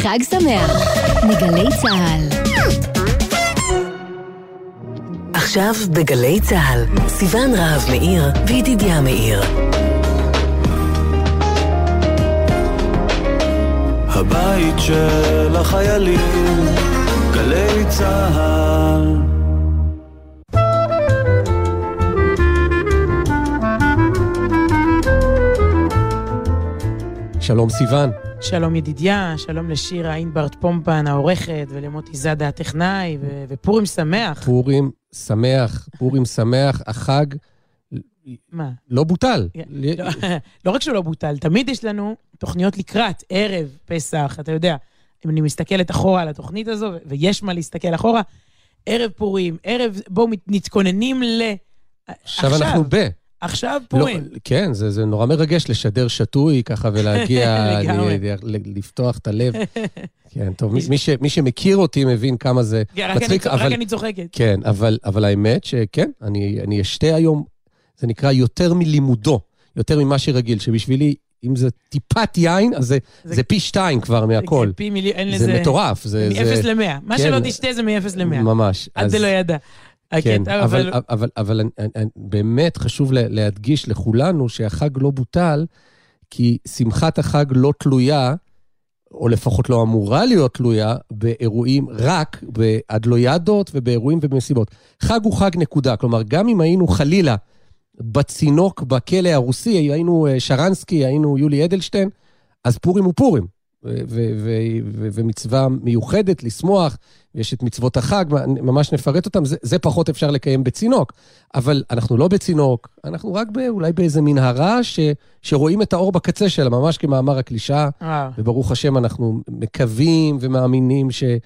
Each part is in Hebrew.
חג שמח, מגלי צהל. עכשיו בגלי צהל, סיוון רהב מאיר וידידיה מאיר. הבית של החיילים, גלי צהל. שלום סיוון. שלום ידידיה, שלום לשירה אינברט פומפן העורכת ולמוטי זאדה הטכנאי, ופורים שמח. פורים שמח, החג מה? לא בוטל. לא רק שהוא לא בוטל, תמיד יש לנו תוכניות לקראת, ערב, פסח, אתה יודע, אם אני מסתכלת אחורה על התוכנית הזו, ויש מה להסתכל אחורה, ערב פורים, בואו מתכוננים עכשיו אנחנו עכשיו פורים. לא, כן, זה נורא מרגש לשדר שטוי ככה ולהגיע, לפתוח את הלב. כן, טוב, מי שמכיר אותי מבין כמה זה מצחיק. רק אני צוחקת. כן, אבל האמת שכן, אני אשתה היום, זה נקרא יותר מלימודו, יותר ממה שרגיל, שבשבילי, אם זה טיפת יין, אז זה פי 2 כבר מהכל. זה מטורף. מ-0 ל-100. מה שלא תשתה זה מ-0 ל-100. ממש. עד זה לא ידע. כן, אבל באמת חשוב להדגיש לכולנו שהחג לא בוטל, כי שמחת החג לא תלויה, או לפחות לא אמורה להיות תלויה, באירועים רק באדלוידות ובאירועים ובמסיבות. חג הוא חג נקודה, כלומר, גם אם היינו חלילה בצינוק בכלא הרוסי, היינו שרנסקי, היינו יולי אדלשטיין, אז פורים הוא פורים. ומצווה מיוחדת לשמוח, ויש את מצוות החג, ממש נפרט אותם, זה פחות אפשר לקיים בצינוק, אבל אנחנו לא בצינוק, אנחנו רק אולי באיזה מנהרה שרואים את האור בקצה שלה, ממש כמאמר הקלישה, וברוך השם אנחנו מקווים ומאמינים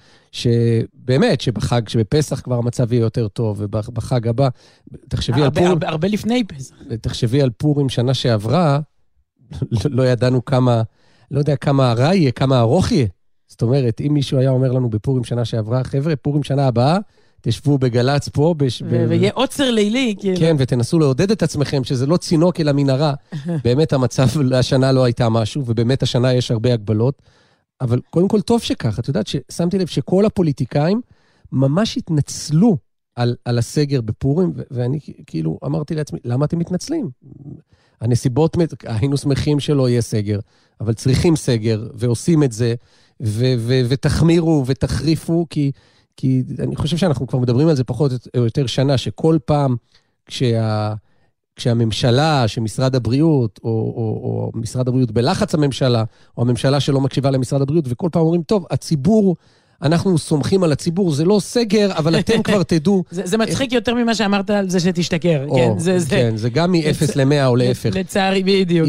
שבאמת, שבפסח כבר המצב יהיה יותר טוב, ובחג הבא, תחשבי על פורים, הרבה לפני פסח. תחשבי על פורים שנה שעברה, לא ידענו כמה, לא יודע כמה הרע יהיה, כמה ארוך יהיה. זאת אומרת, אם מישהו היה אומר לנו בפורים שנה שעברה, חבר'ה, פורים שנה הבאה, תשבו בגלץ פה. ויהיה עוצר לילי. כן, ותנסו לעודד את עצמכם, שזה לא צינוק אלא מנהרה. באמת המצב לשנה לא הייתה משהו, ובאמת השנה יש הרבה הגבלות. אבל קודם כל טוב שכך. את יודעת ששמתי לב שכל הפוליטיקאים ממש התנצלו על הסגר בפורים, ואני כאילו אמרתי לעצמי, למה אתם מתנצלים? הנסיבות, היינו שמחים שלא יהיה סגר, אבל צריכים סגר, ועושים את זה, ותחמירו ותחריפו, כי אני חושב שאנחנו כבר מדברים על זה פחות או יותר שנה, שכל פעם כשהממשלה, שמשרד הבריאות, או משרד הבריאות בלחץ הממשלה, או הממשלה שלא מקשיבה למשרד הבריאות, וכל פעם אומרים, טוב, הציבור, אנחנו סומכים על הציבור, זה לא סגר, אבל אתם כבר תדעו. זה מצחיק יותר ממה שאמרת על זה שתשתכר. כן, זה גם מ-0 ל-100 או להפך. לצערי, בדיוק.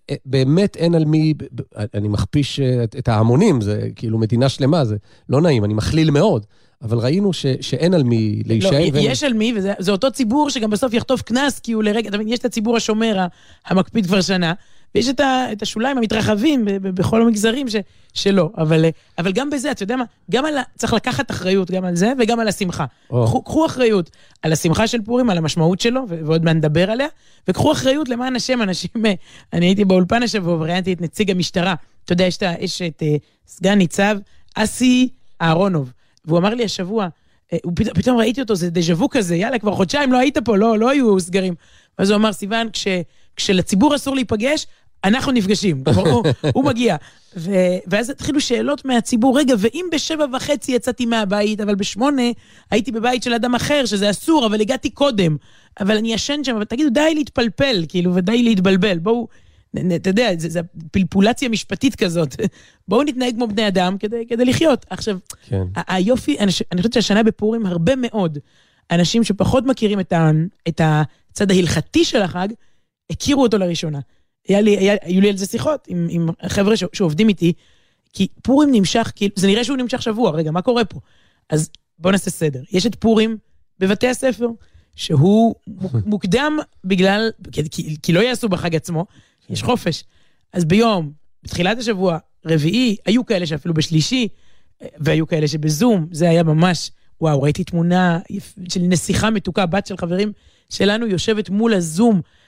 באמת אין על מי, אני מכפיש את ההמונים, זה כאילו מדינה שלמה, זה לא נעים, אני מכליל מאוד, אבל ראינו שאין על מי להישאר. יש על מי, וזה אותו ציבור שגם בסוף יחטוף כנס, כי הוא לרגע, יש את הציבור השומר המקפיד כבר שנה, ויש את השוליים המתרחבים בכל המגזרים שלא, אבל גם בזה, אתה יודע מה, גם צריך לקחת אחריות גם על זה, וגם על השמחה. קחו אחריות על השמחה של פורים, על המשמעות שלו, ועוד מה נדבר עליה, וקחו אחריות למען השם, אנשים, אני הייתי באולפן השבוע, וראיינתי את נציג המשטרה, אתה יודע, יש את סגן ניצב, אסי אהרונוב, והוא אמר לי השבוע, פתאום ראיתי אותו, זה דז'וו כזה, יאללה, כבר חודשיים לא היית פה, לא היו סגרים. ואז הוא אמר, סיוון, כשלציבור אסור להיפגש, אנחנו נפגשים, הוא מגיע. ואז התחילו שאלות מהציבור, רגע, ואם ב7:30 יצאתי מהבית, אבל ב8 הייתי בבית של אדם אחר, שזה אסור, אבל הגעתי קודם, אבל אני ישן שם, אבל תגידו, די להתפלפל, כאילו, ודי להתבלבל, בואו, אתה יודע, זה פלפולציה משפטית כזאת, בואו נתנהג כמו בני אדם כדי לחיות. עכשיו, היופי, אני חושבת שהשנה בפורים הרבה מאוד, אנשים שפחות מכירים את הצד ההלכתי של החג, הכירו אותו לראשונה. היו לי על זה שיחות עם חבר'ה שעובדים איתי, כי פורים נמשך, זה נראה שהוא נמשך שבוע, רגע, מה קורה פה? אז בואו נעשה סדר. יש את פורים בבתי הספר, שהוא מוקדם בגלל, כי לא יעשו בחג עצמו, יש חופש. אז ביום, בתחילת השבוע, רביעי, היו כאלה שאפילו בשלישי, והיו כאלה שבזום, זה היה ממש, וואו, ראיתי תמונה של נסיכה מתוקה, בת של חברים שלנו יושבת מול הזום,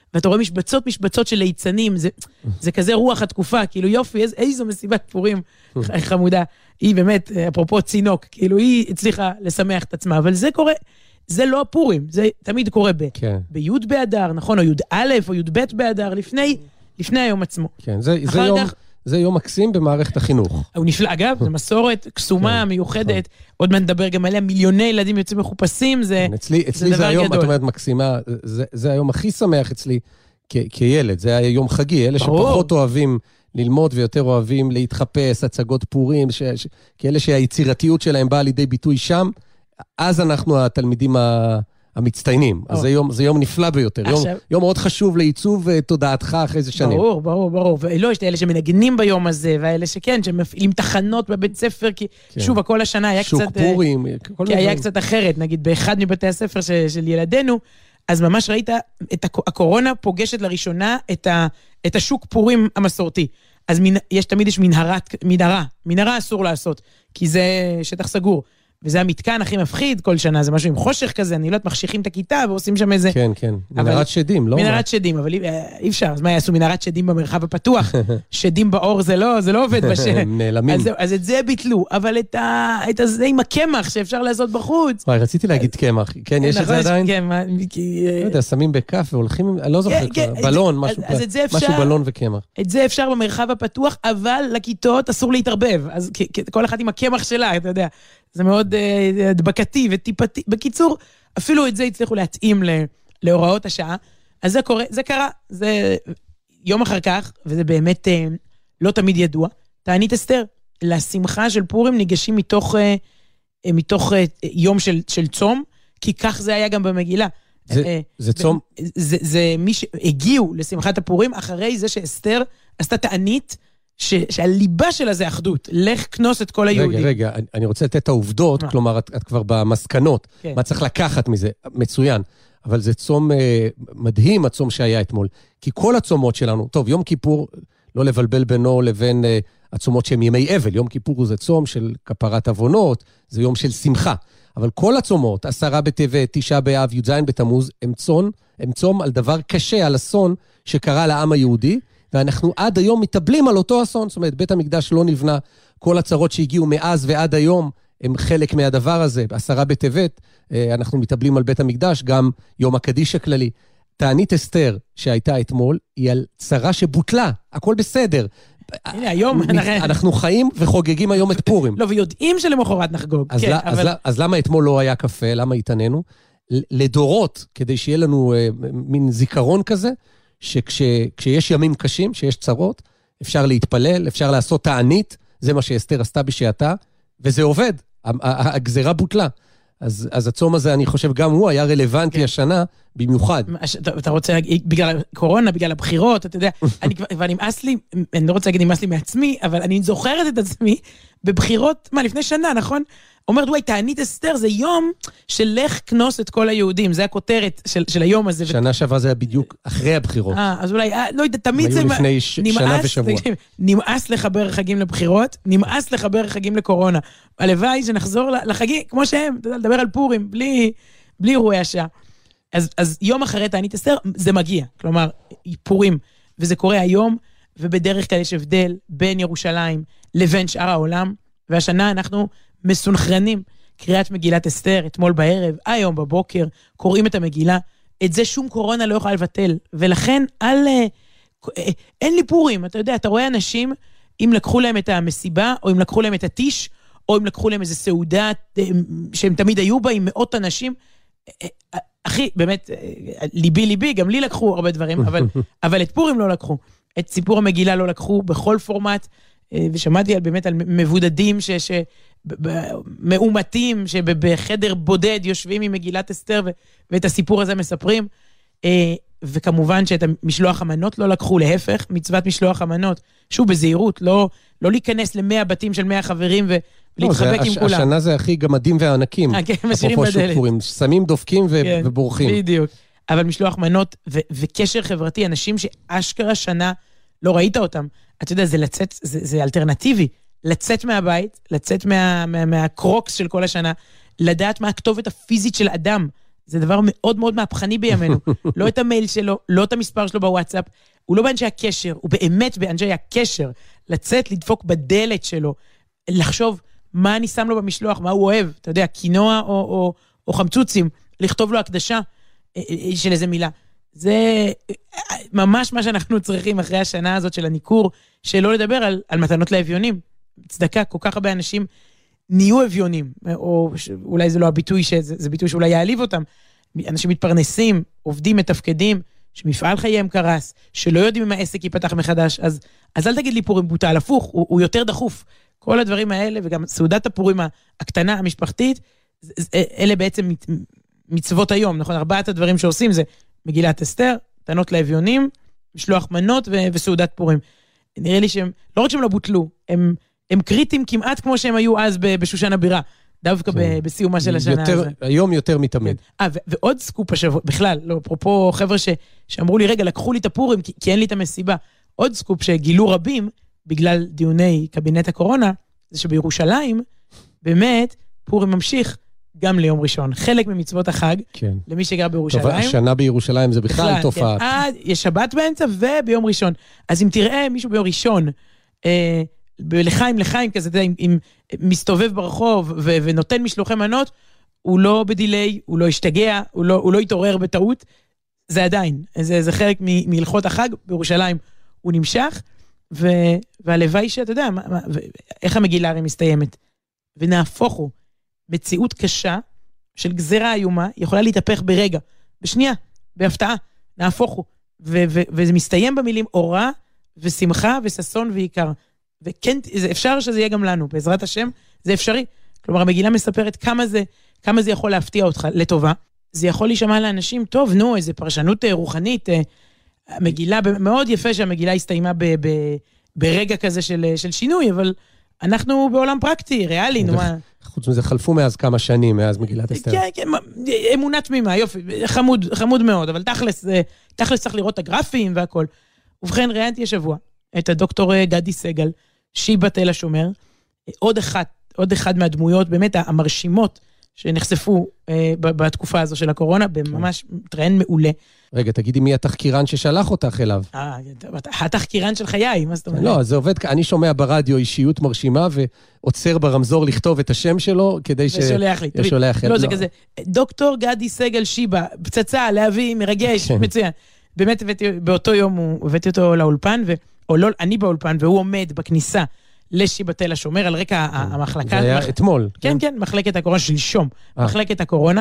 ואתה רואה משבצות של ליצנים, זה כזה רוח התקופה, כאילו יופי, איזו מסיבת פורים חמודה, היא באמת, אפרופו צינוק, כאילו היא הצליחה לשמח את עצמה, אבל זה קורה, זה לא הפורים, זה תמיד קורה בי' באדר, נכון, או י' א', או י' ב' באדר, לפני היום עצמו. כן, זה יום מקסים במערכת החינוך. הוא נפלא, אגב, זו מסורת קסומה, מיוחדת, עוד מעט נדבר גם עליה, מיליוני ילדים יוצאים מחופשים, זה דבר היום, גדול. את אומרת מקסימה, זה היום הכי שמח אצלי כילד, זה היה יום חגי, אלה שפחות אוהבים ללמוד ויותר אוהבים להתחפש, הצגות פורים, כאלה שהיצירתיות שלהם באה לידי ביטוי שם, אז אנחנו התלמידים המצטיינים. אז זה יום נפלא ביותר, יום מאוד חשוב לעיצוב תודעתך אחרי זה שנים. ברור. ולא, יש אלה שמנגנים ביום הזה, ואלה שכן, שמפעילים תחנות בבית ספר, כי שוב, הכל השנה היה קצת... שוק פורים, כי היה קצת אחרת, נגיד, באחד מבתי הספר של ילדינו, אז ממש ראית את הקורונה פוגשת לראשונה את השוק פורים המסורתי. אז תמיד יש מנהרה אסור לעשות, כי זה שטח סגור. וזה המתקן הכי מפחיד כל שנה, זה משהו עם חושך כזה, אני לא יודעת, מחשיכים את הכיתה ועושים שם איזה... כן, מנהרת שדים, לא? מנהרת שדים, אבל אי אפשר, אז מה יעשו מנהרת שדים במרחב הפתוח? שדים באור זה לא עובד הם נעלמים. אז את זה ביטלו, אבל את זה עם הקמח שאפשר לעשות בחוץ. רציתי להגיד קמח, כן, יש את זה עדיין? כן, לא יודע, שמים בכף והולכים, אני לא זוכר, בלון, משהו בלון וקמח. את זה אפשר במרחב הפתוח, אבל לכיתות אסור להתערבב, אז כל אחד עם הקמח שלה, אתה יודע. זה מאוד הדבקתי וטיפתי. בקיצור, אפילו את זה הצליחו להתאים להוראות השעה. אז זה קרה, זה יום אחר כך, וזה באמת לא תמיד ידוע. תענית אסתר, לשמחה של פורים ניגשים מתוך יום של צום, כי כך זה היה גם במגילה. זה צום? זה מי שהגיעו לשמחת הפורים, אחרי זה שאסתר עשתה תענית, שהליבה שלה זה אחדות, לך כנוס את כל היהודים. רגע, אני רוצה לתת את העובדות, כלומר, את כבר במסקנות, מה צריך לקחת מזה, מצוין, אבל זה צום מדהים, הצום שהיה אתמול, כי כל הצומות שלנו, טוב, יום כיפור, לא לבלבל בינו לבין הצומות שהם ימי אבל, יום כיפור זה צום של כפרת עוונות, זה יום של שמחה, אבל כל הצומות, 10 בטבת, 9 באב, י"ז בתמוז, הם צום על דבר קשה, על אסון שקרה לעם היהודי, ואנחנו עד היום מטבלים על אותו אסון, זאת אומרת, בית המקדש לא נבנה, כל הצרות שהגיעו מאז ועד היום, הם חלק מהדבר הזה, 10 בטבת, אנחנו מטבלים על בית המקדש, גם יום הקדיש הכללי. תענית אסתר שהייתה אתמול, היא על צרה שבוטלה, הכל בסדר. הנה, היום אנחנו חיים וחוגגים היום את פורים. לא, ויודעים שלמחרת נחגוג. אז למה אתמול לא היה קפה, למה התעננו? לדורות, כדי שיהיה לנו מין זיכרון כזה, שכשיש ימים קשים, שיש צרות, אפשר להתפלל, אפשר לעשות תענית, זה מה שאסתר עשתה בשעתה, וזה עובד, הגזרה בוטלה. אז הצום הזה, אני חושב, גם הוא היה רלוונטי השנה, במיוחד. אתה רוצה להגיד, בגלל הקורונה, בגלל הבחירות, אתה יודע, ואני נמאס לי, אני לא רוצה להגיד נמאס לי מעצמי, אבל אני זוכרת את עצמי, בבחירות, לפני שנה, נכון? אומרת, וואי, תענית אסתר זה יום של לך כנוס את כל היהודים, זה הכותרת של היום הזה. שנה שעברה זה היה בדיוק אחרי הבחירות. אז אולי, לא יודע, תמיד זה... היו לפני שנה ושבוע. נמאס לחבר חגים לבחירות, נמאס לחבר חגים לקורונה. הלוואי שנחזור לחגים, כמו שהם, אתה יודע, לדבר על פורים, בלי אירועי השעה. אז יום אחרי תענית אסתר, זה מגיע. כלומר, פורים, וזה קורה היום, ובדרך כלל יש הבדל בין ירושלים לבין שאר העולם, והשנה אנחנו מסונכרנים, קריאת מגילת אסתר, אתמול בערב, היום בבוקר, קוראים את המגילה, את זה שום קורונה לא יכולה לבטל, ולכן אין לי פורים, אתה יודע, אתה רואה אנשים, אם לקחו להם את המסיבה, או אם לקחו להם את הטיש, או אם לקחו להם איזו סעודה, שהם תמיד היו בה עם מאות אנשים, אחי, באמת, ליבי, גם לי לקחו הרבה דברים, אבל את פורים לא לקחו, את סיפור המגילה לא לקחו, בכל פורמט, ושמעתי באמת על מבודדים מאומתים שבחדר בודד יושבים עם מגילת אסתר ואת הסיפור הזה מספרים, וכמובן שאת המשלוח המנות לא לקחו, להפך, מצוות משלוח המנות, שוב בזהירות, לא להיכנס ל100 בתים של 100 חברים ולהתחבק עם כולם. השנה זה הכי גמדים וענקים, משאירים בדלת. שמים דופקים ובורחים. בדיוק, אבל משלוח מנות וקשר חברתי, אנשים שאשכרה שנה לא ראית אותם, אתה יודע, זה לצאת, זה אלטרנטיבי, לצאת מהבית, לצאת מהקרוקס של כל השנה, לדעת מה הכתובת הפיזית של אדם, זה דבר מאוד מאוד מהפכני בימינו. לא את המייל שלו, לא את המספר שלו בוואטסאפ, הוא לא באנשי הקשר, הוא באמת באנשי הקשר, לצאת, לדפוק בדלת שלו, לחשוב מה אני שם לו במשלוח, מה הוא אוהב, אתה יודע, קינוע או חמצוצים, לכתוב לו הקדשה של איזה מילה. זה ממש מה שאנחנו צריכים אחרי השנה הזאת של הניקור, שלא לדבר על מתנות לאביונים. צדקה, כל כך הרבה אנשים נהיו אביונים, או אולי זה לא הביטוי, זה ביטוי שאולי יעליב אותם. אנשים מתפרנסים, עובדים, מתפקדים, שמפעל חייהם קרס, שלא יודעים אם העסק ייפתח מחדש, אז אל תגיד לי פורים בוטל, הפוך, הוא יותר דחוף. כל הדברים האלה, וגם סעודת הפורים הקטנה, המשפחתית, אלה בעצם מצוות היום, נכון? 4 הדברים שעושים זה מגילת אסתר, מתנות לאביונים, משלוח מנות וסעודת פורים. נראה לי שהם, לא רק שהם לא בוטלו, הם קריטיים כמעט כמו שהם היו אז בשושן הבירה, דווקא בסיומה של השנה הזאת. היום יותר מתמיד. ועוד סקופ השבוע, בכלל, לא, אפרופו חבר'ה שאמרו לי, רגע, לקחו לי את הפורים, כי אין לי את המסיבה. עוד סקופ שגילו רבים, בגלל דיוני קבינט הקורונה, זה שבירושלים, באמת, פורים ממשיך גם ליום ראשון. חלק ממצוות החג, למי שגר בירושלים. טוב, השנה בירושלים זה בכלל תופעה. יש שבת באמצע וביום ראשון. אז אם תראה מישהו ביום ראשון, לחיים כזה, אם מסתובב ברחוב ונותן משלוחי מנות, הוא לא בדילי, הוא לא ישתגע, הוא לא יתעורר בטעות. זה עדיין, זה חלק מהלכות החג, בירושלים הוא נמשך, והלוואי שאתה יודע, איך המגילה הרי מסתיימת. ונהפוך הוא, מציאות קשה של גזרה איומה, יכולה להתהפך ברגע, בשנייה, בהפתעה, נהפוך הוא. וזה מסתיים במילים אורה ושמחה וססון ועיקר. וכן, אפשר שזה יהיה גם לנו, בעזרת השם, זה אפשרי. כלומר, המגילה מספרת כמה זה יכול להפתיע אותך לטובה. זה יכול להישמע לאנשים, טוב, נו, איזו פרשנות רוחנית, המגילה, מאוד יפה שהמגילה הסתיימה ברגע כזה של שינוי, אבל אנחנו בעולם פרקטי, ריאלי, נו מה. חוץ מזה, חלפו מאז כמה שנים, מאז מגילת אסתר. כן, אמונה תמימה, יופי, חמוד מאוד, אבל תכלס צריך לראות את הגרפים והכל. ובכן, ראיינתי השבוע את הדוקטור גדי סגל, שיבא תל השומר, עוד אחד מהדמויות באמת המרשימות שנחשפו בתקופה הזו של הקורונה, בממש מתראיין מעולה. רגע, תגידי מי התחקירן ששלח אותך אליו. התחקירן של חיי, מה זאת אומרת? לא, זה עובד, אני שומע ברדיו אישיות מרשימה, ועוצר ברמזור לכתוב את השם שלו, כדי ושולח לי. לא, זה כזה, דוקטור גדי סגל שיבא, פצצה, להביא, מרגש, מצוין. באמת באותו יום הבאתי אותו לאולפן, או לא, אני באולפן, והוא עומד בכניסה לשיבא תל השומר, על רקע המחלקה. זה היה אתמול. כן, מחלקת הקורונה, שלשום, מחלקת הקורונה,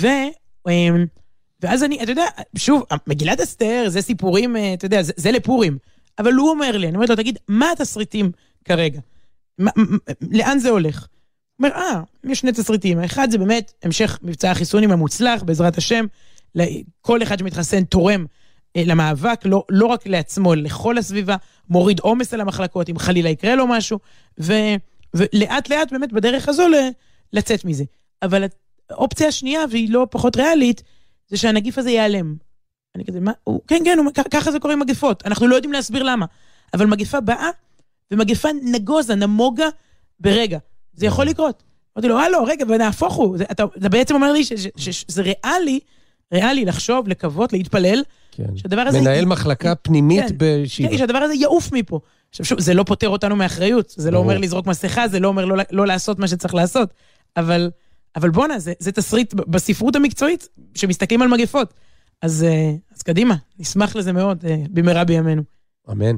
ואז אתה יודע, שוב, מגילת אסתר, זה סיפורים, אתה יודע, זה לפורים, אבל הוא אומר לי, אני אומרת לו, תגיד, מה התסריטים כרגע? לאן זה הולך? הוא אומר, יש 2 תסריטים, האחד זה באמת המשך מבצע החיסונים המוצלח, בעזרת השם, כל אחד שמתחסן תורם למאבק, לא רק לעצמו, לכל הסביבה, מוריד עומס על המחלקות, אם חלילה יקרה לו משהו, ולאט לאט באמת בדרך הזו לצאת מזה. אבל האופציה השנייה, והיא לא פחות ריאלית, זה שהנגיף הזה ייעלם. אני כזה, מה? כן, ככה זה קורה עם מגפות. אנחנו לא יודעים להסביר למה. אבל מגפה באה, ומגפה נגוזה, נמוגה ברגע. זה יכול לקרות. אמרתי לו, הלו, רגע, ונהפוך הוא. אתה בעצם אומר לי שזה ריאלי לחשוב, לקוות, להתפלל, שהדבר הזה... מנהל מחלקה פנימית בשיבה. כן, שהדבר הזה יעוף מפה. עכשיו שוב, זה לא פותר אותנו מאחריות, זה לא אומר לזרוק מסכה, זה לא אומר לא לעשות מה שצריך לעשות, אבל בונה, זה תסריט בספרות המקצועית, שמסתכלים על מגפות. אז קדימה, נשמח לזה מאוד, במהרה בימינו. אמן.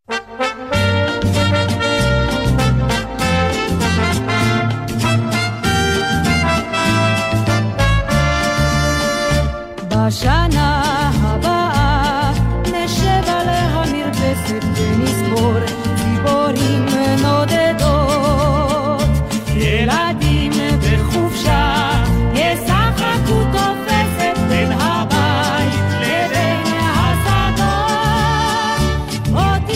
בשנה הבאה נשב על המרפסת ונספור ציפורים נודדות, ילדים בחופשה ישחקו תופסת בין הבית לבין השדות, אותי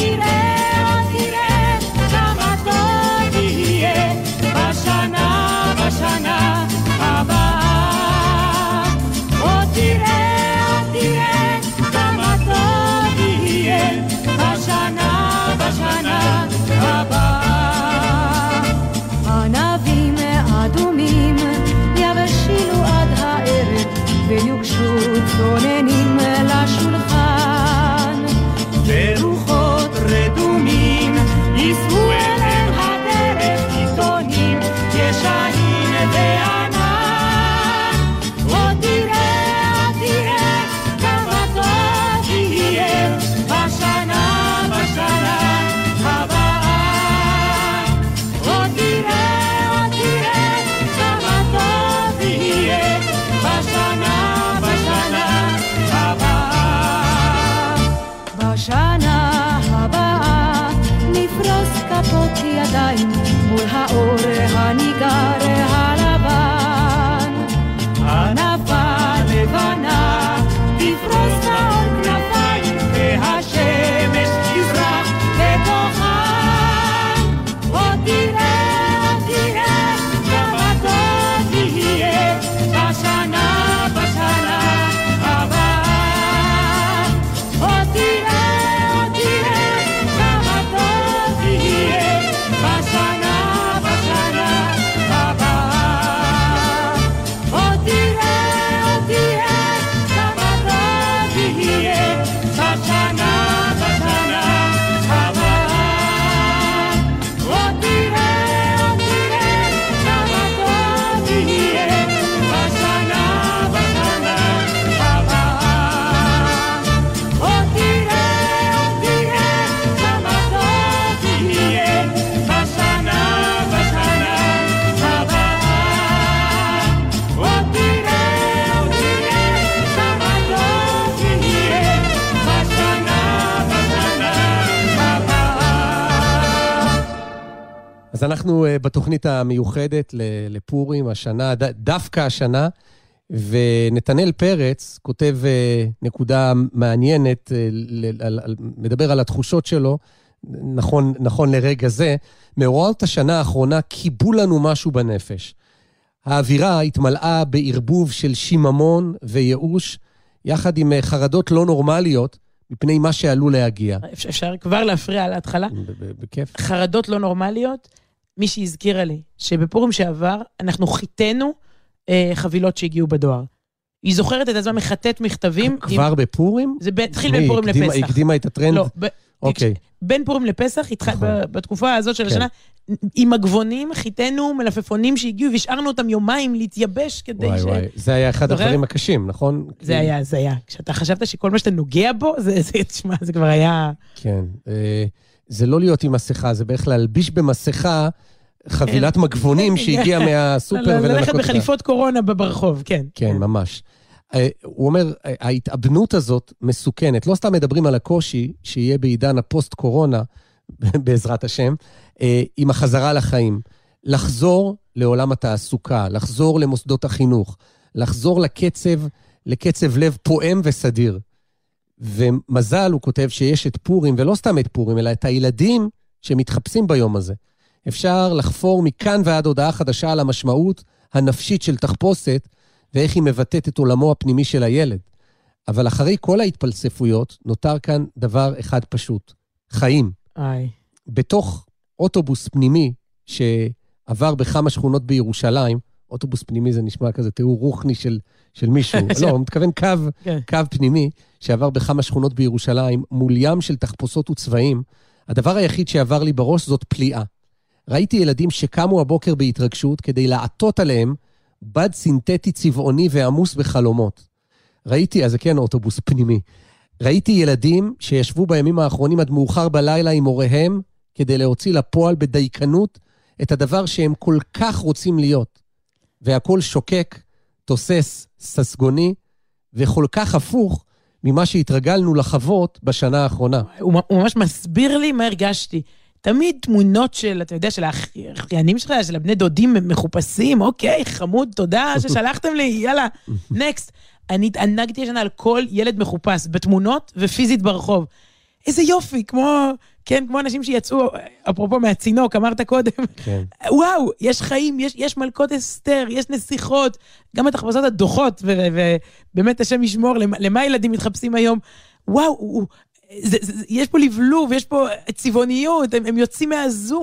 אז אנחנו בתוכנית המיוחדת לפורים השנה, דווקא השנה, ונתנאל פרץ כותב נקודה מעניינת, מדבר על התחושות שלו, נכון לרגע זה, מאורעות השנה האחרונה קיבלו לנו משהו בנפש. האווירה התמלאה בערבוב של שיממון וייאוש, יחד עם חרדות לא נורמליות, מפני מה שעלו להגיע. אפשר כבר להפריע על ההתחלה? בכיף. חרדות לא נורמליות, מי שהזכירה לי, שבפורים שעבר, אנחנו חיתנו חבילות שהגיעו בדואר. היא זוכרת את עצמה מחטט מכתבים. כבר בפורים? זה התחיל בין פורים לפסח. הקדימה את הטרנד? לא, אוקיי. בין פורים לפסח, בתקופה הזאת של השנה, עם הגבונים, חיתנו מלפפונים שהגיעו, והשארנו אותם יומיים להתייבש כדי ש... וואי, זה היה אחד הדברים הקשים, נכון? זה היה. כשאתה חשבת שכל מה שאתה נוגע בו, זה כבר היה... כן. זה לא להיות עם מסכה, זה בערך להלביש במסכה חבילת מגבונים שהגיעה מהסופר ולנקות אותה. ללכת בחליפות קורונה ברחוב, כן. כן, ממש. הוא אומר, ההתאבנות הזאת מסוכנת. לא סתם מדברים על הקושי שיהיה בעידן הפוסט-קורונה, בעזרת השם, עם החזרה לחיים. לחזור לעולם התעסוקה, לחזור למוסדות החינוך, לחזור לקצב לב פועם וסדיר. ומזל, הוא כותב, שיש את פורים, ולא סתם את פורים, אלא את הילדים שמתחפשים ביום הזה. אפשר לחפור מכאן ועד הודעה חדשה על המשמעות הנפשית של תחפושת, ואיך היא מבטאת את עולמו הפנימי של הילד. אבל אחרי כל ההתפלספויות, נותר כאן דבר אחד פשוט. חיים. בתוך אוטובוס פנימי, שעבר בכמה שכונות בירושלים, אוטובוס פנימי זה נשמע כזה תיאור רוחני של מישהו. לא, הוא מתכוון קו פנימי, שעבר בכמה שכונות בירושלים, מול ים של תחפושות וצבעים. הדבר היחיד שעבר לי בראש זאת פליאה. ראיתי ילדים שקמו הבוקר בהתרגשות, כדי לעטות עליהם בד סינתטי צבעוני ועמוס בחלומות. ראיתי, אז זה כן אוטובוס פנימי, ראיתי ילדים שישבו בימים האחרונים עד מאוחר בלילה עם הוריהם, כדי להוציא לפועל בדייקנות את הדבר שהם כל כך רוצים להיות. והכל שוקק, תוסס, ססגוני, וכל כך הפוך ממה שהתרגלנו לחוות בשנה האחרונה. הוא ממש מסביר לי מה הרגשתי. תמיד תמונות של, אתה יודע, של האחיינים שלך, של הבני דודים מחופשים, אוקיי, חמוד, תודה ששלחתם לי, יאללה, נקסט. אני התענגתי השנה על כל ילד מחופש, בתמונות ופיזית ברחוב. איזה יופי, כמו אנשים שיצאו, אפרופו מהצינוק, אמרת קודם, כן. וואו, יש חיים, יש מלכות אסתר, יש נסיכות, גם התחפושות הדוחות, ובאמת השם ישמור, למה ילדים מתחפשים היום? וואו, יש פה לבלוב, יש פה צבעוניות, הם יוצאים מהזום,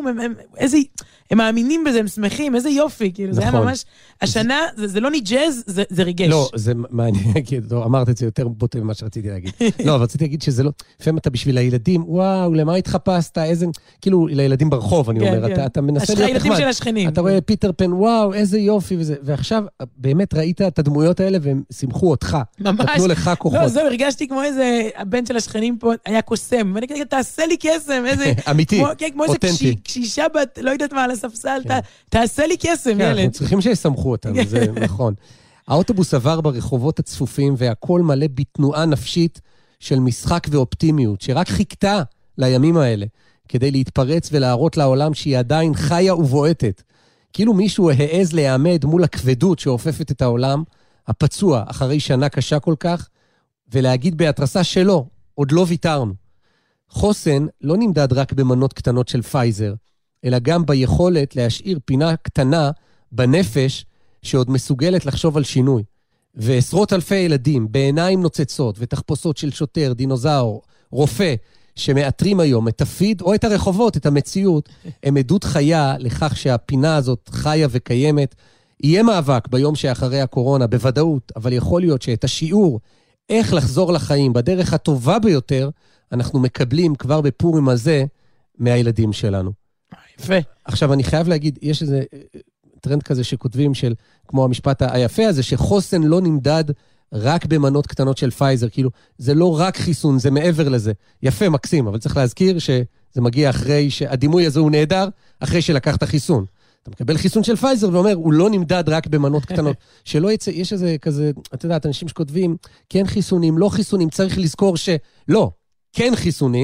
הם מאמינים בזה, הם שמחים, איזה יופי, כאילו, זה היה ממש, השנה, זה לא ניג'ז, זה ריגש. לא, זה מעניין, אמרת את זה יותר בוטה ממה שרציתי להגיד. לא, אבל רציתי להגיד שזה לא, לפעמים אתה בשביל הילדים, וואו, למה התחפשת, איזה, כאילו, לילדים ברחוב, אני אומר, אתה מנסה להיות נחמד. הילדים של השכנים. אתה רואה פיטר פן, וואו, איזה יופי וזה, ועכשיו, באמת ראית את הדמויות האלה, והם שמחו אותך. ממש. נתנו לך כוחות. לא, זהו, הרגשתי כמו איזה, הבן של השכנים פה היה קוסם, ואני כזה, תעשה לי קסם, איזה... אמיתי, כמו איזה קשישה בת, לא יודעת מה, על הספסל, תעשה לי קסם, ילד. אנחנו צריכים שיסמכו אותנו, זה נכון. האוטובוס עבר ברחובות הצפופים, והכל מלא בתנועה נפשית של משחק ואופטימיות, שרק חיכתה לימים האלה, כדי להתפרץ ולהראות לעולם שהיא עדיין חיה ובועטת. כאילו מישהו העז להיעמד מול הכבדות שאופפת את העולם, הפצוע אחרי שנה קשה כל כך, ולהגיד בהתרסה שלו, עוד לא ויתרנו. חוסן לא נמדד רק במנות קטנות של פייזר, אלא גם ביכולת להשאיר פינה קטנה בנפש שעוד מסוגלת לחשוב על שינוי. ועשרות אלפי ילדים בעיניים נוצצות ותחפושות של שוטר, דינוזאור, רופא, שמאתרים היום את הפיד או את הרחובות, את המציאות, הם עדות חיה לכך שהפינה הזאת חיה וקיימת. יהיה מאבק ביום שאחרי הקורונה, בוודאות, אבל יכול להיות שאת השיעור, איך לחזור לחיים בדרך הטובה ביותר, אנחנו מקבלים כבר בפורים הזה מהילדים שלנו. יפה. עכשיו, אני חייב להגיד, יש איזה טרנד כזה שכותבים של, כמו המשפט היפה הזה, שחוסן לא נמדד רק במנות קטנות של פייזר, כאילו, זה לא רק חיסון, זה מעבר לזה. יפה, מקסים, אבל צריך להזכיר שזה מגיע אחרי שהדימוי הזה הוא נהדר, אחרי שלקחת חיסון. אתה מקבל חיסון של פייזר ואומר, הוא לא נמדד רק במנות קטנות. שלא יצא, יש איזה כזה, אתה יודעת, אנשים שכותבים, כן חיסונים, לא חיסונים, צריך לזכור שלא, כן חיסונים,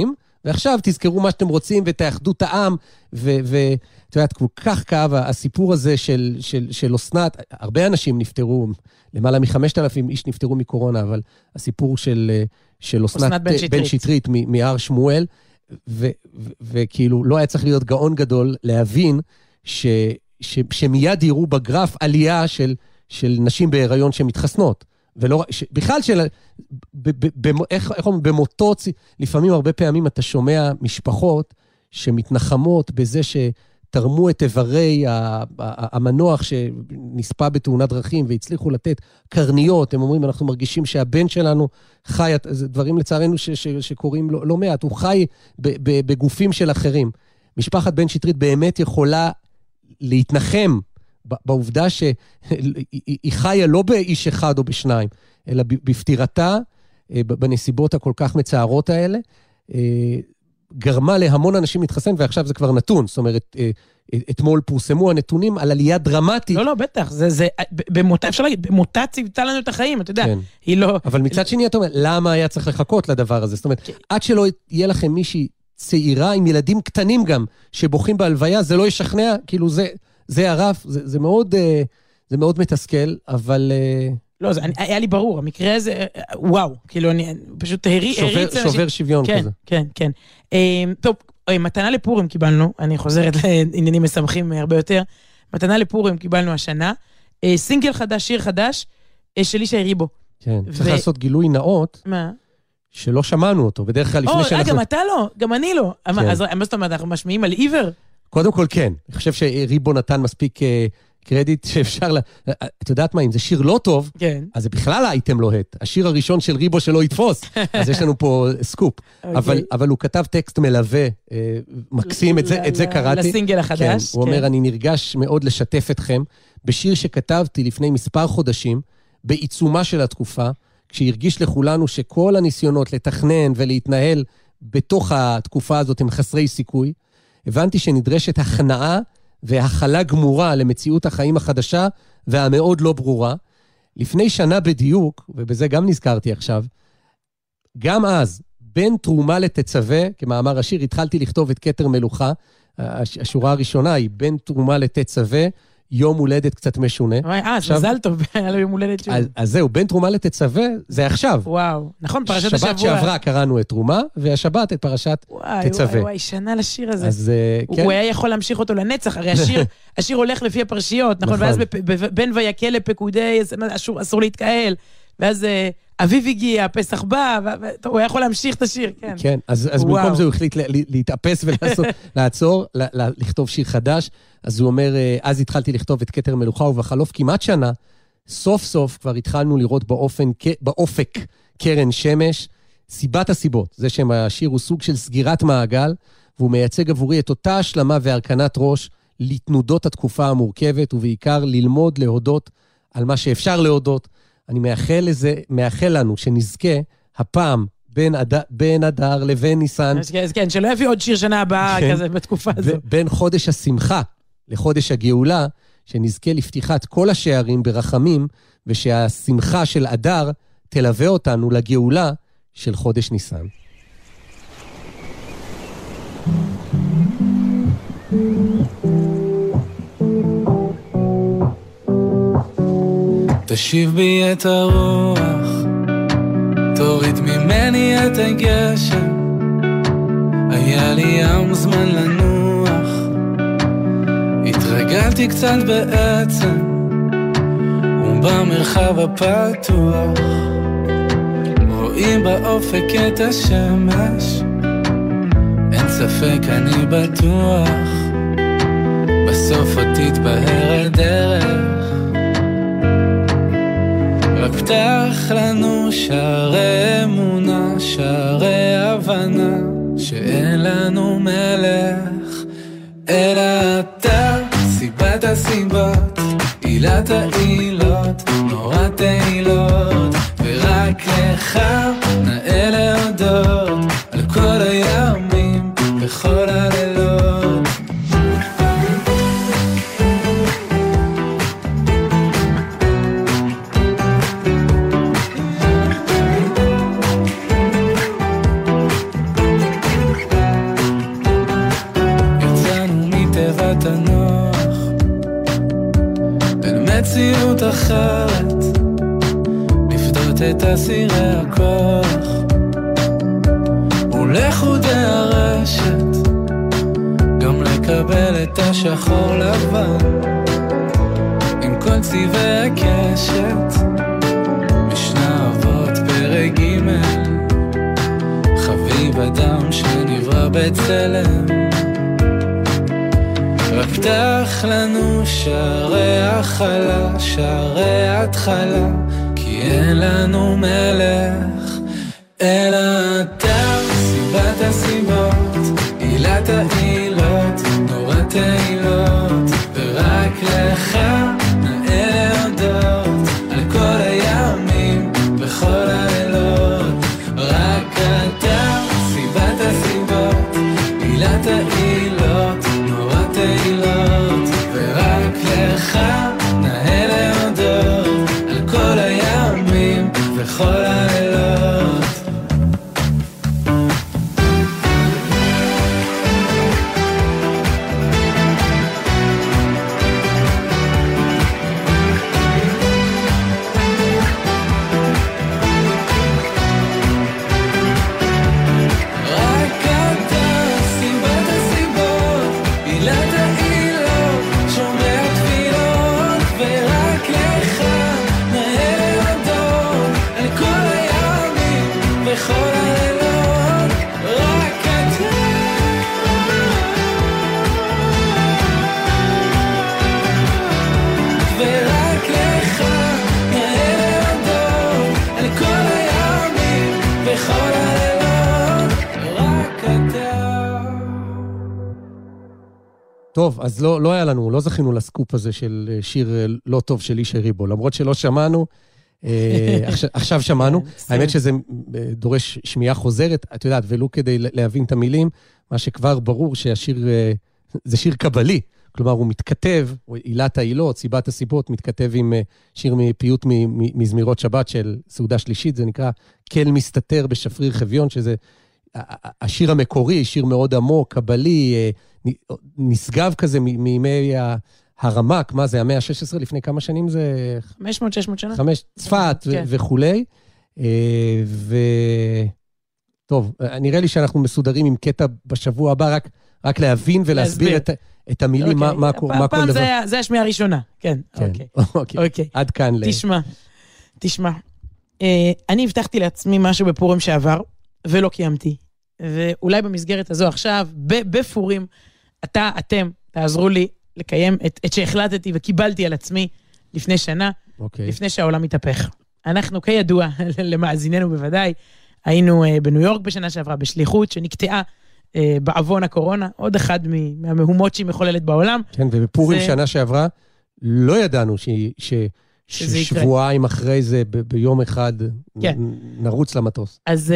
ועכשיו תזכרו מה שאתם רוצים ותאחדו את העם, ואת יודעת, כל כך כאב הסיפור הזה של אסנת, הרבה אנשים נפטרו, למעלה מ5,000 איש נפטרו מקורונה, אבל הסיפור של אסנת בן שטרית מהר שמואל, וכאילו לא היה צריך להיות גאון גדול להבין שמיד יראו בגרף עלייה של נשים בהיריון שמתחסנות. ולא, בכלל איך אומרים, במותות, לפעמים הרבה פעמים אתה שומע משפחות שמתנחמות בזה שתרמו את איברי המנוח שנספה בתאונת דרכים והצליחו לתת קרניות, הם אומרים, אנחנו מרגישים שהבן שלנו חי, זה דברים לצערנו שקוראים לא מעט, הוא חי בגופים של אחרים. משפחת בן שטרית באמת יכולה להתנחם בעובדה שהיא חיה לא באיש אחד או בשניים, אלא בפטירתה, בנסיבות הכל כך מצערות האלה, גרמה להמון אנשים להתחסן, ועכשיו זה כבר נתון. זאת אומרת, אתמול פורסמו הנתונים על עלייה דרמטית. לא, בטח. במותה, אפשר להגיד, במותה ציוותה לנו את החיים, אתה יודע. היא לא... אבל מצד שני, אתה אומר, למה היה צריך לחכות לדבר הזה? זאת אומרת, עד שלא יהיה לכם מישהי צעירה עם ילדים קטנים גם, שבוכים בהלוויה, זה לא ישכנע, כאילו זה הרף, זה מאוד מתסכל, אבל... לא, היה לי ברור, המקרה הזה, וואו, כאילו אני פשוט הריץ... שובר שוויון כזה. כן, כן. טוב, מתנה לפורים קיבלנו, אני חוזרת לעניינים משמחים הרבה יותר, מתנה לפורים קיבלנו השנה, סינגל חדש, שיר חדש, של ישי ריבו. כן, צריך לעשות גילוי נאות. מה? שלא שמענו אותו, בדרך כלל לפני שאנחנו... גם אתה לא, גם אני לא. אז מה זאת אומרת, אנחנו משמיעים על עיוור? קודם כל כן, אני חושב שריבו נתן מספיק קרדיט שאפשר, את יודעת מה, אם זה שיר לא טוב, כן. אז זה בכלל האייטם לוהט. השיר הראשון של ריבו שלא יתפוס, אז יש לנו פה סקופ. אבל הוא כתב טקסט מלווה, מקסים, את זה קראתי. לסינגל החדש. הוא אומר, אני נרגש מאוד לשתף אתכם, בשיר שכתבתי לפני מספר חודשים, בעיצומה של התקופה, כשהרגיש לכולנו שכל הניסיונות לתכנן ולהתנהל בתוך התקופה הזאת הם חסרי סיכוי, הבנתי שנדרשת הכנעה והחלה גמורה למציאות החיים החדשה והמאוד לא ברורה. לפני שנה בדיוק, ובזה גם נזכרתי עכשיו, גם אז, בין תרומה לתצווה, כמאמר השיר, התחלתי לכתוב את כתר מלוכה, השורה הראשונה היא בין תרומה לתצווה, יום הולדת קצת משונה. אז מזל טוב, היה לו יום הולדת שוב. אז זהו, בין תרומה לתצווה, זה עכשיו. וואו, נכון, פרשת השבוע. שבת שעברה קראנו את תרומה, והשבת את פרשת תצווה. וואי, שנה לשיר הזה. אז כן. הוא היה יכול להמשיך אותו לנצח, הרי השיר הולך לפי הפרשיות, נכון? ואז בין ויקל לפקודי, אסור להתקהל, ואז אביב הגיע, פסח בא, הוא היה יכול להמשיך את השיר, כן. כן, אז במקום זה הוא החליט להתאפס ולעצור, לכתוב שיר חדש, אז הוא אומר, אז התחלתי לכתוב את כתר מלוכה, ובחלוף כמעט שנה, סוף סוף כבר התחלנו לראות באופק קרן שמש, סיבת הסיבות, זה שם השיר הוא סוג של סגירת מעגל, והוא מייצג עבורי את אותה השלמה והרכנת ראש, לתנודות התקופה המורכבת, ובעיקר ללמוד להודות על מה שאפשר להודות. אני מאחל לנו שנזכה הפעם בין אדר לבין ניסן. כן, שלא יביא עוד שיר שנה הבאה כזה בתקופה הזו. בין חודש השמחה לחודש הגאולה, שנזכה לפתיחת כל השערים ברחמים, ושהשמחה של אדר תלווה אותנו לגאולה של חודש ניסן. תשיב בי את הרוח, תוריד ממני את הגשם, היה לי ים זמן לנוח, התרגלתי קצת בעצם, ובמרחב הפתוח, רואים באופק את השמש, אין ספק אני בטוח, בסוף עוד תתבהר הדרך, רק פתח לנו שערי אמונה, שערי הבנה, שאין לנו מלך, אלא אתה, סיבת הסיבות, עילת העילות, נורא תהילות, ורק לך נאה להודות, על כל הימים וכל הלילות. מציאות אחרת, לפדות את אסירי הכוח ולחודי הרשת, גם לקבל את השחור לבן עם כל צבעי הקשת. משנה אבות פרק ג', חביב אדם שנברא בצלם, רק פתח לנו שערי החלה, שערי התחלה, כי אין לנו מלך אלא אתה. סיבת הסיבות, עילת העילות, נורת העילות, ורק לך נאה להודות על כל הימים וכל הלילות. רק אתה, סיבת הסיבות, עילת העילות, נורת העילות, ורק לך נאה להודות על כל הימים וכל הלילות. טוב, אז לא היה לנו, לא זכינו לסקופ הזה של שיר לא טוב של איש ריבו, למרות שלא שמענו, עכשיו שמענו. האמת שזה דורש שמיעה חוזרת, את יודעת, ולא כדי להבין את המילים, מה שכבר ברור שהשיר, זה שיר קבלי, כלומר הוא מתכתב, עילת העילות, סיבת הסיבות, מתכתב עם שיר מפיוט מזמירות שבת של סעודה שלישית, זה נקרא כל מסתתר בשפריר חביון, שזה השיר המקורי, שיר מאוד עמוק, קבלי, נשגב כזה מימי הרמק, מה זה, המאה ה-16 לפני כמה שנים זה? 500-600 שנה. צפת וכולי. טוב, נראה לי שאנחנו מסודרים עם קטע בשבוע הבא, רק להבין ולהסביר את המילים, מה כל דבר. הפעם זה השמיעה הראשונה, כן. אוקיי. עד כאן. תשמע. אני הבטחתי לעצמי משהו בפורים שעבר, ולא קיימתי. ואולי במסגרת הזו עכשיו, בפורים, אתם תעזרו לי לקיים את שהחלטתי וקיבלתי על עצמי לפני שנה, לפני שהעולם מתהפך. אנחנו כידוע, למאזיננו בוודאי, היינו בניו יורק בשנה שעברה, בשליחות שנקטעה בעוון הקורונה, עוד אחד מהמהומות שהיא מחוללת בעולם. כן, ובפורים שנה שעברה, לא ידענו ששבועיים אחרי זה, ביום אחד, נרוץ למטוס. אז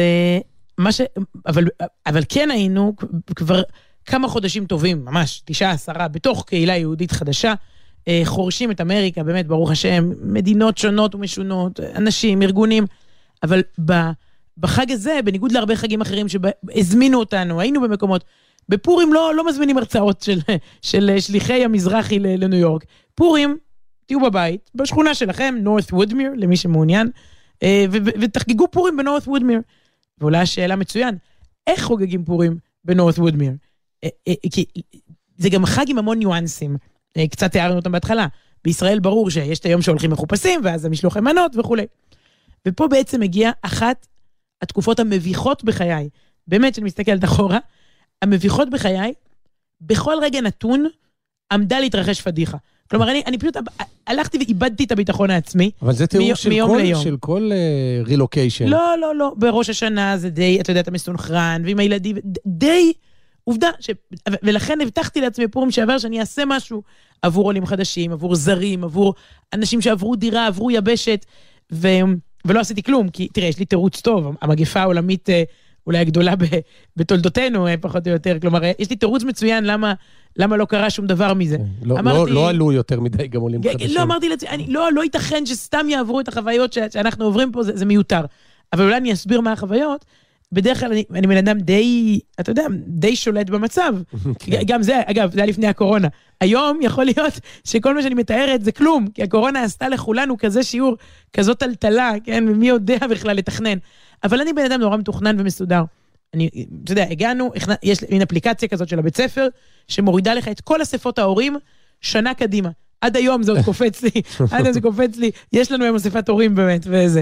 אבל כן היינו כבר כמה חודשים טובים, ממש 9-10, בתוך קהילה יהודית חדשה, חורשים את אמריקה, באמת ברוך השם, מדינות שונות ומשונות, אנשים, ארגונים, אבל בחג הזה, בניגוד להרבה חגים אחרים שהזמינו אותנו, היינו במקומות, בפורים לא מזמינים הרצאות של שליחי המזרחי לניו יורק. פורים, תהיו בבית, בשכונה שלכם, נורת' וודמיר, למי שמעוניין, ותחגגו פורים בנורת' וודמיר. ואולי השאלה מצוין, איך חוגגים פורים בנורת' וודמיר? כי זה גם חג עם המון ניואנסים, קצת תיארנו אותם בהתחלה. בישראל ברור שיש את היום שהולכים מחופשים, ואז המשלוח המנות וכו'. ופה בעצם הגיעה אחת התקופות המביכות בחיי, באמת שאני מסתכלת אחורה, המביכות בחיי, בכל רגע נתון, עמדה להתרחש פדיחה. כלומר, אני פשוט הלכתי ואיבדתי את הביטחון העצמי. אבל זה תיאור של כל רילוקיישן. לא, בראש השנה זה די, אתה יודע, אתה מסונכרן, ועם הילדים, די עובדה, ולכן הבטחתי לעצמי פורים שעבר שאני אעשה משהו עבור עולים חדשים, עבור זרים, עבור אנשים שעברו דירה, עברו יבשת, ולא עשיתי כלום, כי תראה, יש לי תירוץ טוב, המגפה העולמית אולי הגדולה בתולדותינו, פחות או יותר, כלומר, יש לי תירוץ מצוין למה לא קרה שום דבר מזה. לא עלו יותר מדי גם עולים חדשים. לא, אמרתי לעצמי, לא ייתכן שסתם יעברו את החוויות שאנחנו עוברים פה, זה מיותר. אבל אולי אני אסביר מה החוויות. בדרך כלל אני בן אדם די, אתה יודע, די שולט במצב. גם זה, אגב, זה היה לפני הקורונה. היום יכול להיות שכל מה שאני מתארת זה כלום, כי הקורונה עשתה לכולנו כזה שיעור, כזאת טלטלה, כן, ומי יודע בכלל לתכנן. אבל אני בן אדם נורא מתוכנן ומסודר. אתה יודע, הגענו, יש מין אפליקציה כזאת של הבית ספר, שמורידה לך את כל אספות ההורים שנה קדימה. עד היום זה עוד קופץ לי, עד היום זה קופץ לי, יש לנו היום אספת הורים באמת, וזה.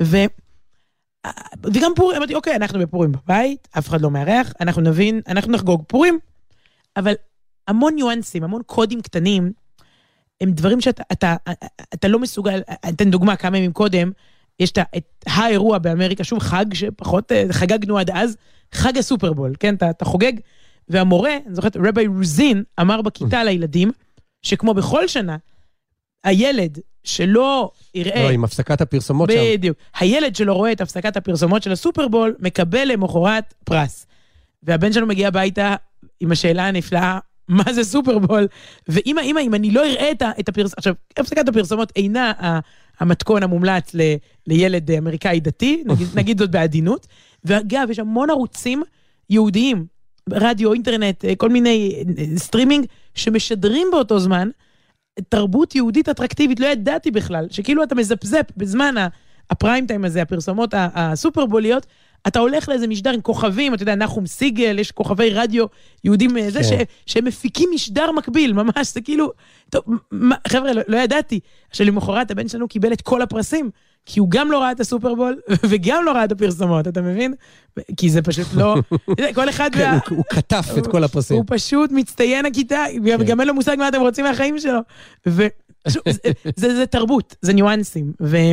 וגם פורים, אמרתי, אוקיי, אנחנו בפורים בבית, אף אחד לא מארח, אנחנו נבין, אנחנו נחגוג פורים, אבל המון ניואנסים, המון קודים קטנים, הם דברים שאתה לא מסוגל, אתן דוגמה כמה ימים קודם, יש את האירוע באמריקה, שוב חג שפחות חגגנו עד אז, חג הסופרבול, כן, אתה חוגג, והמורה, אני זוכרת, רבי רוזין, אמר בכיתה לילדים, שכמו בכל שנה, הילד שלא יראה... לא, עם הפסקת הפרסומות שם. בדיוק. הילד שלא רואה את הפסקת הפרסומות של הסופרבול, מקבל למחרת פרס. והבן שלנו מגיע הביתה עם השאלה הנפלאה, מה זה סופרבול? ואמא, אם אני לא אראה את הפרסומות... עכשיו, הפסקת הפרסומות אינה המתכון המומלץ לילד אמריקאי דתי, נגיד זאת בעדינות. ואגב, יש המון ערוצים יהודיים, רדיו, אינטרנט, כל מיני סטרימינג, שמשדרים באותו זמן, תרבות יהודית אטרקטיבית, לא ידעתי בכלל, שכאילו אתה מזפזפ בזמן הפריים טיים הזה, הפרסומות הסופרבוליות, אתה הולך לאיזה משדר עם כוכבים, אתה יודע, נחום סיגל, יש כוכבי רדיו יהודים, זה שהם מפיקים משדר מקביל, ממש, זה כאילו, טוב, חבר'ה, לא ידעתי, שלמחרת הבן שלנו קיבל את כל הפרסים, כי הוא גם לא ראה את הסופרבול, וגם לא ראה את הפרסומות, אתה מבין? כי זה פשוט לא... כל אחד... הוא כתף את כל הפרסים. הוא פשוט מצטיין הכיתה, וגם אין לו מושג מה אתם רוצים מהחיים שלו. זה תרבות, זה ניואנסים,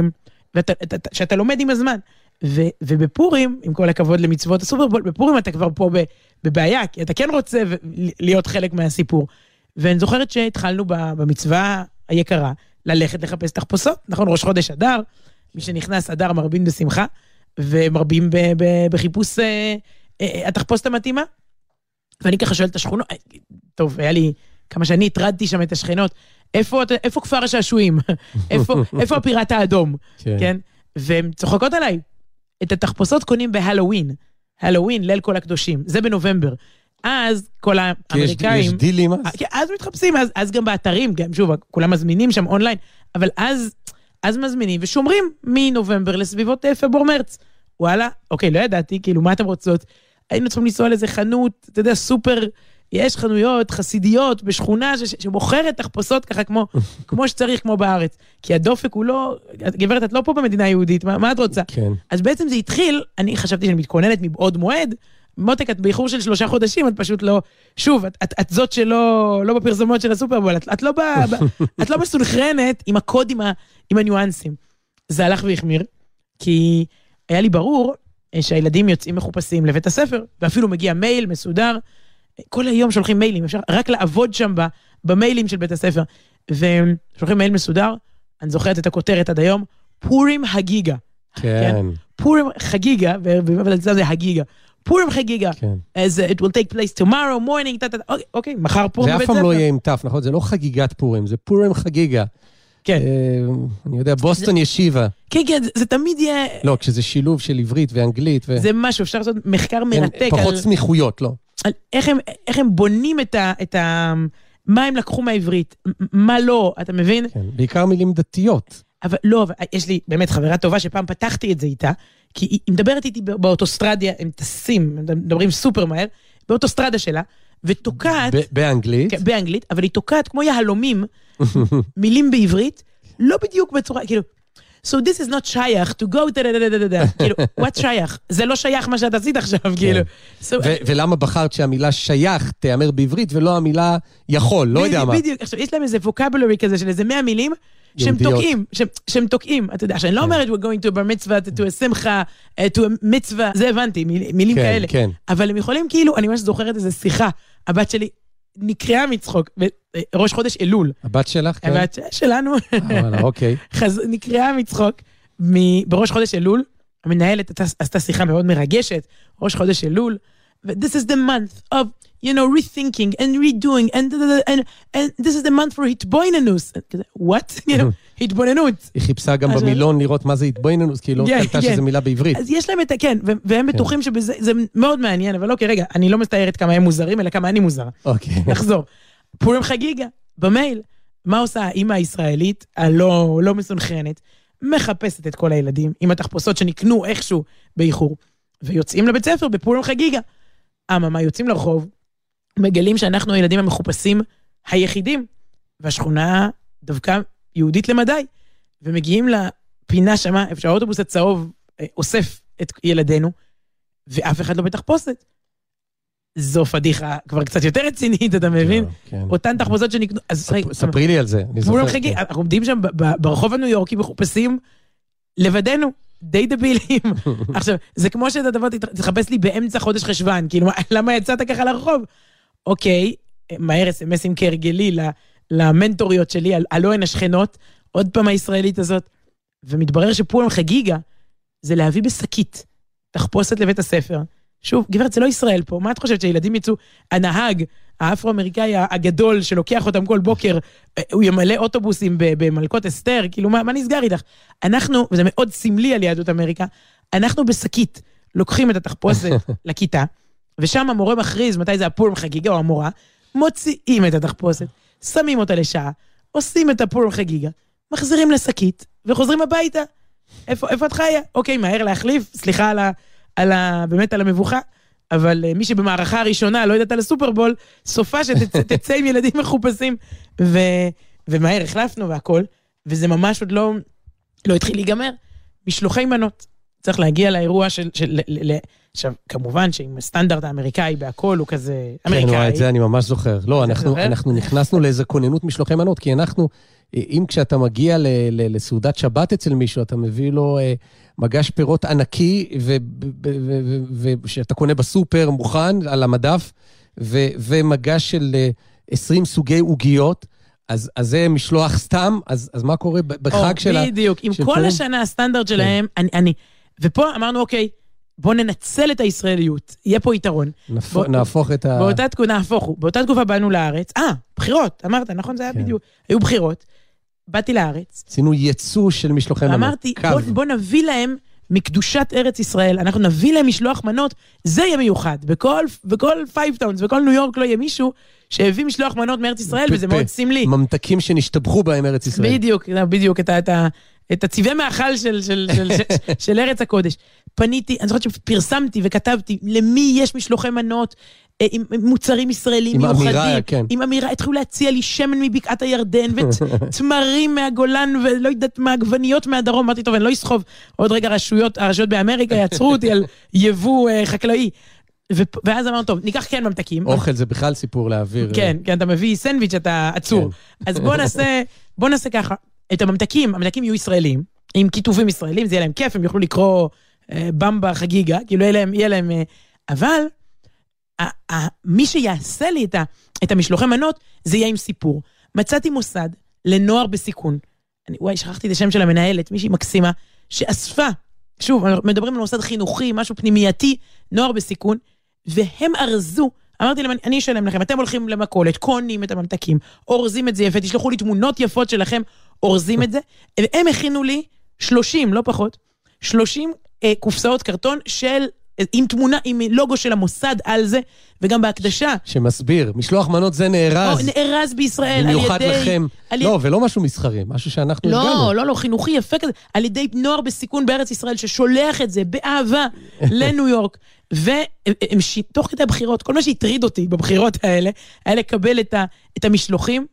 שאתה לומד עם הזמן. ובפורים, עם כל הכבוד למצוות הסופרבול, בפורים אתה כבר פה בבעיה, כי אתה כן רוצה להיות חלק מהסיפור. ואני זוכרת שהתחלנו במצווה היקרה, ללכת לחפש תחפושות, נכון, ראש חודש אדר, מי שנכנס אדר מרבים בשמחה, ומרבים בחיפוש התחפושת המתאימה, ואני ככה שואל את השכונות, טוב, היה לי כמה שאני התרדתי שם את השכנות, איפה כפר השעשועים? איפה הפיראט האדום? כן? והן צוחקות עליי, את התחפושות קונים בהלווין, הלווין, ליל כל הקדושים, זה בנובמבר, אז כל האמריקאים... יש דילים אז? אז מתחפשים, אז גם באתרים, גם שוב, כולם מזמינים שם אונליין, אבל אז מזמינים ושומרים מנובמבר לסביבות פברואר-מרץ. וואלה, אוקיי, לא ידעתי, כאילו, מה אתם רוצות? היינו צריכים לנסוע לאיזה חנות, אתה יודע, סופר, יש חנויות חסידיות בשכונה שמוכרת תחפושות ככה כמו שצריך, כמו בארץ. כי הדופק הוא לא, גברת, את לא פה במדינה היהודית, מה את רוצה? כן. אז בעצם זה התחיל, אני חשבתי שאני מתכוננת מבעוד מועד, מותק, את באיחור של 3 חודשים, את פשוט לא, שוב, את זאת שלא בפרסומות של הסופרבול, את לא מסונכרנת עם הקוד, עם הניואנסים. זה הלך והחמיר, כי היה לי ברור שהילדים יוצאים מחופשים לבית הספר, ואפילו מגיע מייל מסודר, כל היום שולחים מיילים, אפשר רק לעבוד שם במיילים של בית הספר, ושולחים מייל מסודר, אני זוכרת את הכותרת עד היום, פורים הגיגה. כן. פורים חגיגה, אבל זה הגיגה. פורים חגיגה. אז it will take place tomorrow morning, אוקיי, מחר פורים בבית ספר. זה אף פעם לא יהיה עם תף, נכון? זה לא חגיגת פורים, זה פורים חגיגה. כן. אני יודע, בוסטון ישיבה. כן, כן, זה תמיד יהיה... לא, כשזה שילוב של עברית ואנגלית. זה משהו, אפשר לעשות מחקר מרתק. פחות סמיכויות, לא. איך הם בונים את מה הם לקחו מהעברית, מה לא, אתה מבין? כן, בעיקר מילים דתיות. אבל לא, יש לי באמת חברה טובה שפעם פתחתי את זה איתה, כי היא מדברת איתי באוטוסטרדיה, הם טסים, מדברים סופר מהר, באוטוסטרדה שלה, ותוקעת... באנגלית? באנגלית, אבל היא תוקעת כמו יהלומים, מילים בעברית, לא בדיוק בצורה, כאילו, so this is not שייך to go, כאילו, what שייך? זה לא שייך מה שאת עשית עכשיו, כאילו. ולמה בחרת שהמילה שייך תאמר בעברית, ולא המילה יכול, לא יודע מה. בדיוק, עכשיו, יש להם איזה vocabulary כזה של איזה 100 מילים, שהם תוקעים, אתה יודע, שאני לא אומרת, we're going to a bar mitzvah, to a simcha, to a mitzvah, זה הבנתי, מילים כאלה. אבל הם יכולים כאילו, אני ממש זוכרת איזו שיחה, הבת שלי נקראה מצחוק, בראש חודש אלול. הבת שלך? כן. הבת שלנו. אוקיי. נקראה מצחוק, בראש חודש אלול, המנהלת עשתה שיחה מאוד מרגשת, ראש חודש אלול, ו-this is the month of, you know, rethinking and redoing, and this is the month for hitboinanus. What? You know, התבוננות. היא חיפשה גם במילון לראות מה זה התבוננות, כי היא לא קלטה שזו מילה בעברית. אז יש להם את כן, והם בטוחים שזה מאוד מעניין, אבל אוקיי, רגע, אני לא מסתיירת כמה הם מוזרים, אלא כמה אני מוזר. אוקיי. נחזור. פורים חגיגה, במייל, מה עושה האמא הישראלית, הלא מסונכרנת, מחפשת את כל הילדים, עם התחפושות שנקנו איכשהו באיחור, ויוצאים לבית ספר בפורים חגיגה. מה יוצאים לרחוב, מגלים שאנחנו הילדים המחופשים היחידים, והשכונה דווקא יהודית למדי, ומגיעים לפינה שמה, איפה שהאוטובוס הצהוב אוסף את ילדינו, ואף אחד לא בתחפושת. זו פדיחה כבר קצת יותר רצינית, אתה מבין? אותן תחפושות שנקנו... ספרי לי על זה. אנחנו עומדים שם ברחוב הניו יורקי מחופשים לבדנו, די דבילים. עכשיו, זה כמו שאתה תבוא, תחפש לי באמצע חודש חשבן, כאילו, למה יצאת ככה לרחוב? אוקיי, מהר אס-אמסים כהרגלי למנטוריות שלי, הלא הן השכנות, עוד פעם הישראלית הזאת, ומתברר שפורים חגיגה, זה להביא בסקית, תחפושת לבית הספר. שוב, גברת, זה לא ישראל פה, מה את חושבת שילדים יצאו, הנהג, האפרו-אמריקאי הגדול, שלוקח אותם כל בוקר, הוא ימלא אוטובוסים במלכות אסתר, כאילו, מה נסגר איתך? אנחנו, וזה מאוד סמלי על יהדות אמריקה, אנחנו בסקית, לוקחים את התחפושת לכיתה, ושם המורה מכריז, מתי זה הפורים חגיגה או המורה, מוציאים את התחפושת, שמים אותה לשעה, עושים את הפורים חגיגה, מחזירים לשקית, וחוזרים הביתה. איפה את חיה? אוקיי, מהר להחליף, סליחה באמת על המבוכה, אבל מי שבמערכה הראשונה לא יודעת על הסופרבול, סופה שתצא עם ילדים מחופשים, ומהר החלפנו והכל, וזה ממש עוד לא התחיל להיגמר. משלוחי מנות. צריך להגיע לאירוע עכשיו, כמובן שעם הסטנדרט האמריקאי בהכל הוא כזה אמריקאי. כן, את זה אני ממש זוכר. לא, אנחנו נכנסנו לאיזה כוננות משלוחי מנות, כי אנחנו, אם כשאתה מגיע לסעודת שבת אצל מישהו, אתה מביא לו מגש פירות ענקי, ושאתה קונה בסופר מוכן על המדף, ומגש של 20 סוגי עוגיות, אז זה משלוח סתם, אז מה קורה בחג שלה? בדיוק, עם כל השנה הסטנדרט שלהם, ופה אמרנו, אוקיי, בוא ננצל את הישראליות, יהיה פה יתרון. נהפוך את ה... באותה תקופה באנו לארץ, בחירות, אמרת, נכון, זה היה בדיוק, היו בחירות, באתי לארץ. עשינו ייצוא של משלוחי מנות. אמרתי, בוא נביא להם מקדושת ארץ ישראל, אנחנו נביא להם משלוח מנות, זה יהיה מיוחד, בכל פייבטאונס, בכל ניו יורק לא יהיה מישהו שהביא משלוח מנות מארץ ישראל, וזה מאוד סמלי. ממתקים שנשתבחו בהם ארץ ישראל. בדיוק, את הצבעי מאכל של ארץ הקודש. פניתי, אני זוכרת שפרסמתי וכתבתי, למי יש משלוחי מנות, עם מוצרים ישראלים מיוחדים. עם אמירה, כן. עם אמירה, התחילו להציע לי שמן מבקעת הירדן, ותמרים מהגולן, ולא יודעת מה, עגבניות מהדרום, אמרתי, טוב, אני לא אסחוב, עוד רגע הרשויות באמריקה יעצרו אותי על יבוא חקלאי. ואז אמרנו, טוב, ניקח כן ממתקים. אוכל זה בכלל סיפור להעביר. כן, אתה מביא סנדוויץ', אתה עצור. אז בוא נעשה ככה. את הממתקים יהיו ישראלים, עם כיתובים ישראלים, זה יהיה להם כיף, הם יוכלו לקרוא במבה חגיגה, כאילו יהיה להם, אבל מי שיעשה לי את המשלוחי מנות, זה יהיה עם סיפור. מצאתי מוסד לנוער בסיכון, שכחתי את השם של המנהלת, מישהי מקסימה, שאספה, שוב, מדברים על מוסד חינוכי, משהו פנימייתי, נוער בסיכון, והם ארזו, אמרתי להם, אני אשלם לכם, אתם הולכים למכולת, קונים את הממתקים, אורזים את זה יפה, תשלחו לי תמונות יפות שלכם, אורזים את זה, והם הכינו לי 30, לא פחות, 30 קופסאות קרטון עם תמונה, עם לוגו של המוסד על זה, וגם בהקדשה. שמסביר, משלוח מנות זה נארז. נארז בישראל, במיוחד לכם. לא, ולא משהו מסחרי, משהו שאנחנו הגענו. לא, חינוכי יפה כזה, על ידי נוער בסיכון בארץ ישראל, ששולח את זה באהבה לניו יורק, ותוך כדי הבחירות, כל מה שהטריד אותי בבחירות האלה, היה לקבל את המשלוחים,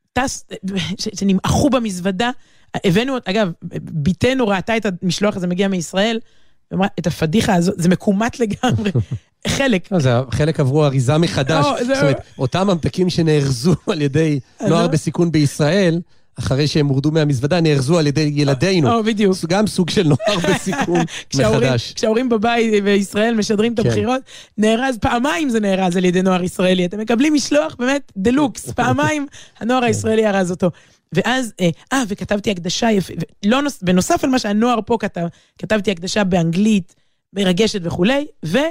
שנמעכו במזוודה, הבאנו, אגב, ביתנו ראתה את המשלוח הזה מגיע מישראל, ואמרה, את הפדיחה הזאת, זה מקומט לגמרי, חלק. חלק עברו אריזה מחדש, זאת אומרת, אותם ממתקים שנארזו על ידי נוער בסיכון בישראל, אחרי שהם הורדו מהמזוודה, נארזו על ידי ילדינו. בדיוק. גם סוג של נוער בסיכון מחדש. כשההורים בבית בישראל משדרים את הבחירות, נארז, פעמיים זה נארז על ידי נוער ישראלי. אתם מקבלים משלוח באמת דלוקס, פעמיים הנוער הישראלי ארז אותו. ואז, וכתבתי הקדשה יפה, בנוסף על מה שהנוער פה כתב, כתבתי הקדשה באנגלית, מרגשת וכולי,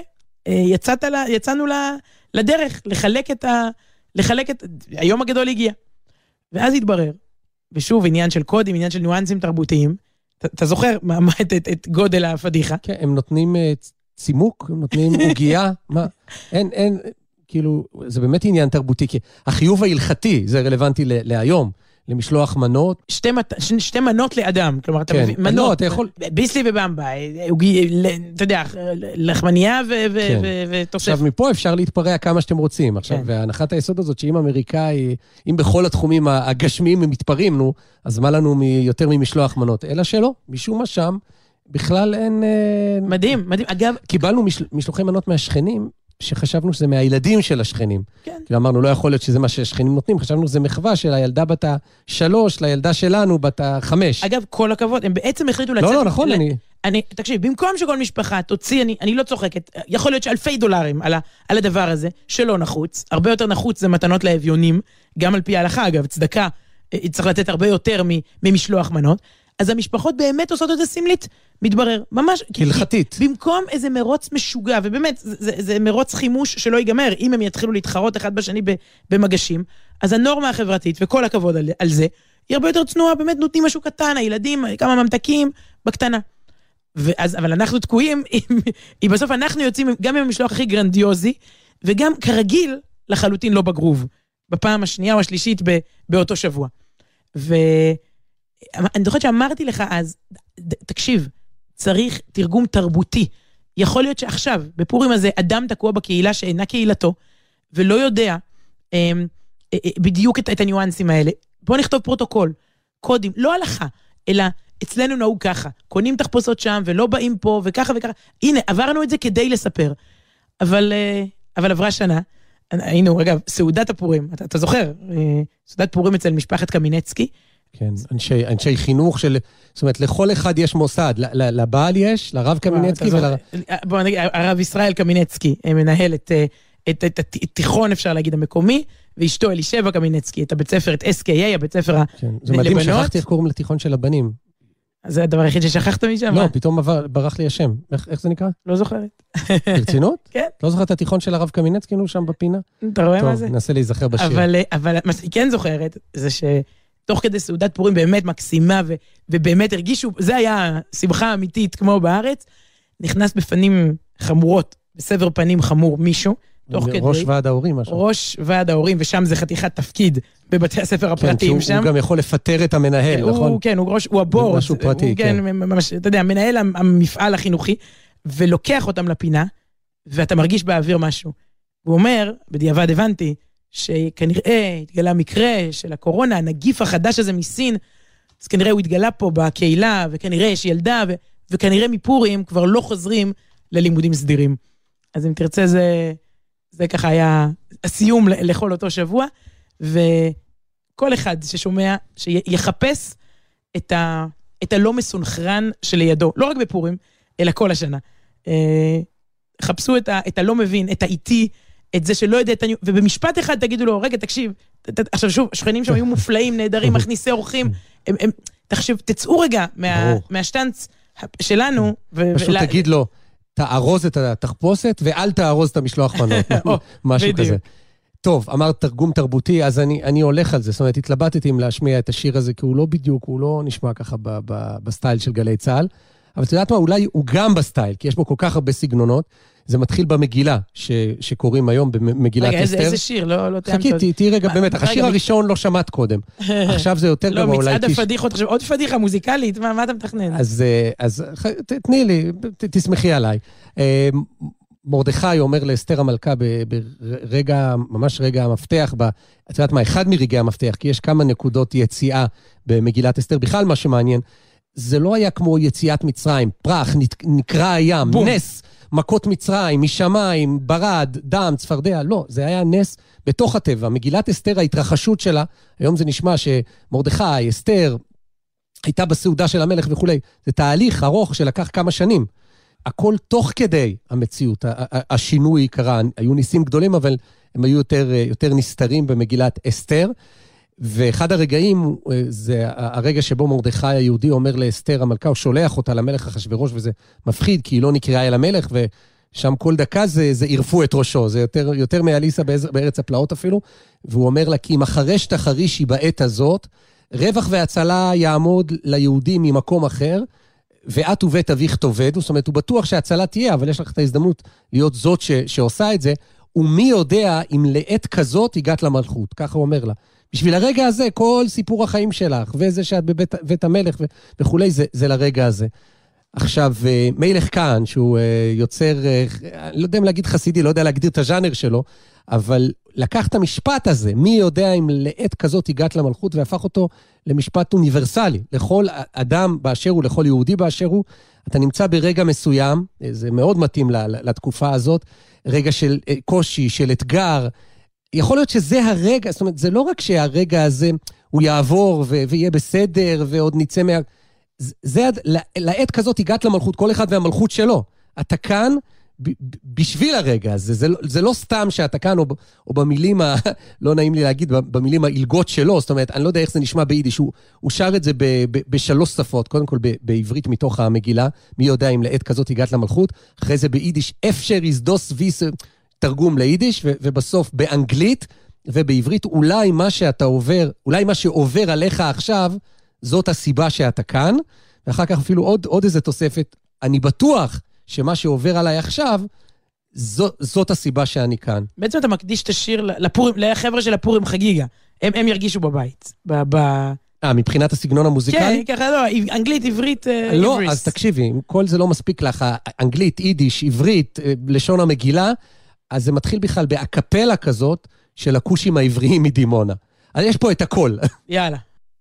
ויצאנו לדרך לחלק את היום הגדול הגיע. ואז התברר, ושוב, עניין של קודים, עניין של ניואנסים תרבותיים. אתה זוכר את גודל הפדיחה? כן, הם נותנים צימוק, הם נותנים עוגיה, מה? אין, כאילו, זה באמת עניין תרבותי, כי החיוב ההלכתי, זה רלוונטי להיום, למשלוח מנות. שתי מנות לאדם, כלומר, אתה מביא מנות, לא, אתה יכול... ביסלי ובמבה, אתה יודע, לחמניה ותוסף. עכשיו, מפה אפשר להתפרע כמה שאתם רוצים, עכשיו, והנחת היסוד הזאת, שאם אמריקאי, אם בכל התחומים הגשמיים הם מתפרעים, נו, אז מה לנו יותר ממשלוח מנות? אלא שלא, משום מה שם, בכלל אין... מדהים, מדהים. אגב... קיבלנו משלוחי מנות מהשכנים, שחשבנו שזה מהילדים של השכנים. כן. כאילו אמרנו, לא יכול להיות שזה מה שהשכנים נותנים, חשבנו שזה מחווה של הילדה בת ה3, לילדה שלנו בת ה5. אגב, כל הכבוד, הם בעצם החליטו לצאת... לא, נכון, תקשיב, במקום שכל משפחה תוציא, אני לא צוחקת, יכול להיות שאלפי דולרים על הדבר הזה, שלא נחוץ, הרבה יותר נחוץ זה מתנות לאביונים, גם על פי ההלכה, אגב, צדקה, צריך לתת הרבה יותר ממשלוח מנות, אז המשפחות באמת עושות את זה סמלית, מתברר, ממש... הלכתית. במקום איזה מרוץ משוגע, ובאמת, זה מרוץ חימוש שלא ייגמר, אם הם יתחילו להתחרות אחד בשני במגשים, אז הנורמה החברתית, וכל הכבוד על זה, היא הרבה יותר צנועה, באמת נותנים משהו קטן, הילדים, כמה ממתקים, בקטנה. אבל אנחנו תקועים, בסוף אנחנו יוצאים גם עם המשלוח הכי גרנדיוזי, וגם כרגיל, לחלוטין לא בגרוב, בפעם השנייה או השלישית באותו שבוע. אני זוכרת שאמרתי לך אז, תקשיב, צריך תרגום תרבותי. יכול להיות שעכשיו, בפורים הזה, אדם תקוע בקהילה שאינה קהילתו, ולא יודע בדיוק את הניואנסים האלה. בוא נכתוב פרוטוקול, קודים, לא הלכה, אלא אצלנו נהוג ככה, קונים תחפושות שם, ולא באים פה, וככה וככה. הנה, עברנו את זה כדי לספר. אבל עברה שנה, היינו, אגב, סעודת הפורים, אתה זוכר, סעודת פורים אצל משפחת קמינצקי, כן, אנשי חינוך של, זאת אומרת, לכל אחד יש מוסד, לבעל יש, לרב קמינצקי בוא נגיד, הרב ישראל קמינצקי מנהל את התיכון, אפשר להגיד, המקומי, ואשתו אלישבע קמינצקי, את הבית ספר, את SKA, הבית ספר לבנות. זה מדהים, שכחתי איך קוראים לתיכון של הבנים. זה הדבר היחיד ששכחת משם? לא, פתאום ברח לי השם. איך זה נקרא? לא זוכרת. ברצינות? כן. לא זוכרת את התיכון של הרב קמינצקי, נו שם בפינה? אתה רואה מה זה? טוב, ננסה להיזכר בשיר. אבל מה שאני כן זוכרת, זה תוך כדי סעודת פורים באמת מקסימה, ובאמת הרגישו, זה היה שמחה אמיתית כמו בארץ, נכנס בפנים חמורות, בסבר פנים חמור מישהו, תוך כדי... ראש ועד ההורים, משהו. ראש ועד ההורים, ושם זה חתיכת תפקיד בבתי הספר הפרטיים שם. הוא גם יכול לפטר את המנהל, נכון? כן, הוא הבור. משהו פרטי, כן. ממש, אתה יודע, מנהל המפעל החינוכי, ולוקח אותם לפינה, ואתה מרגיש באוויר משהו. הוא אומר, בדיעבד הבנתי, שכנראה התגלה מקרה של הקורונה, הנגיף החדש הזה מסין, אז כנראה הוא התגלה פה בקהילה, וכנראה יש ילדה, וכנראה מפורים כבר לא חוזרים ללימודים סדירים. אז אם תרצה, זה ככה היה הסיום לכל אותו שבוע, וכל אחד ששומע, שיחפש את הלא מסונכרן שלידו, לא רק בפורים, אלא כל השנה. חפשו את הלא מבין, את האיטי, את זה שלא יודע, ובמשפט אחד תגידו לו, רגע, תקשיב, עכשיו שוב, השכנים שם היו מופלאים, נהדרים, מכניסי אורחים, תחשב, תצאו רגע מהשטנץ שלנו. פשוט תגיד לו, תארוז את התחפושת, ואל תארוז את המשלוח מנות, משהו כזה. טוב, אמרת תרגום תרבותי, אז אני הולך על זה, זאת אומרת, התלבטתי אם להשמיע את השיר הזה, כי הוא לא בדיוק, הוא לא נשמע ככה בסטייל של גלי צהל, אבל את יודעת מה, אולי הוא גם בסטייל, כי יש בו כל כך הרבה סגנונות, זה מתחיל במגילה שקוראים היום, במגילת אסתר. רגע, איזה שיר? לא תאמת. חכי, תהי רגע, באמת, השיר הראשון לא שמעת קודם. עכשיו זה יותר גבוה. לא, מצעד הפדיחות, עכשיו עוד פדיחה מוזיקלית, מה אתה מתכנן? אז תתני לי, תשמחי עליי. מרדכי אומר לאסתר המלכה ברגע, ממש רגע המפתח, את יודעת מה, אחד מרגעי המפתח, כי יש כמה נקודות יציאה במגילת אסתר, בכלל מה שמעניין, זה לא היה כמו יציאת מצרים, פרח, נקרא הים, נס, מכות מצרים, משמיים, ברד, דם, צפרדע, לא, זה היה נס בתוך הטבע. מגילת אסתר, ההתרחשות שלה, היום זה נשמע שמרדכי, אסתר, הייתה בסעודה של המלך וכו'. זה תהליך ארוך שלקח כמה שנים. הכל תוך כדי המציאות, השינוי קרה, היו ניסים גדולים, אבל הם היו יותר נסתרים במגילת אסתר, ואחד הרגעים, זה הרגע שבו מרדכי היהודי אומר לאסתר המלכה, הוא שולח אותה למלך אחשוורוש, וזה מפחיד, כי היא לא נקראה אל המלך, ושם כל דקה זה ערפו את ראשו, זה יותר מאליסה בארץ הפלאות אפילו, והוא אומר לה, כי אם החרש תחרישי בעת הזאת, רווח והצלה יעמוד ליהודים ממקום אחר, ואת ובית אביך תאבדו, זאת אומרת, הוא בטוח שהצלה תהיה, אבל יש לך את ההזדמנות להיות זאת שעושה את זה, ומי יודע אם לעת כזאת הגעת למלכות, ככה הוא אומר לה. בשביל הרגע הזה, כל סיפור החיים שלך, וזה שאת בבית המלך וכולי, זה לרגע הזה. עכשיו, מלך כאן, שהוא יוצר, לא יודע אם להגיד חסידי, לא יודע להגדיר את הז'אנר שלו, אבל לקח את המשפט הזה, מי יודע אם לעת כזאת הגעת למלכות, והפך אותו למשפט אוניברסלי, לכל אדם באשר הוא, לכל יהודי באשר הוא, אתה נמצא ברגע מסוים, זה מאוד מתאים לתקופה הזאת, רגע של קושי, של אתגר, יכול להיות שזה הרגע, זאת אומרת, זה לא רק שהרגע הזה הוא יעבור ויהיה בסדר, ועוד נצא זה לעת כזאת הגעת למלכות, כל אחד והמלכות שלו. אתה כאן בשביל הרגע הזה, זה לא סתם שאתה כאן, או במילים, לא נעים לי להגיד, במילים העילגות שלו, זאת אומרת, אני לא יודע איך זה נשמע ביידיש, הוא שר את זה בשלוש שפות, קודם כל בעברית מתוך המגילה, מי יודע אם לעת כזאת הגעת למלכות, אחרי זה ביידיש, אפשר איזדוס ויס, תרגום ליידיש, ובסוף באנגלית ובעברית, אולי מה שאתה עובר, אולי מה שעובר עליך עכשיו, זאת הסיבה שאתה כאן, ואחר כך אפילו עוד איזה תוספת, אני בטוח שמה שעובר עליי עכשיו, זאת הסיבה שאני כאן. בעצם אתה מקדיש את השיר לחבר'ה של הפורים חגיגה, הם ירגישו בבית. מבחינת הסגנון המוזיקלי? כן, ככה לא, אנגלית, עברית, לא, אז תקשיבי, אם כל זה לא מספיק לך, אנגלית, יידיש, עברית, לשון המגילה, אז זה מתחיל בכלל באקפלה כזאת, של הכושים העבריים מדימונה. אז יש פה את הכל. יאללה.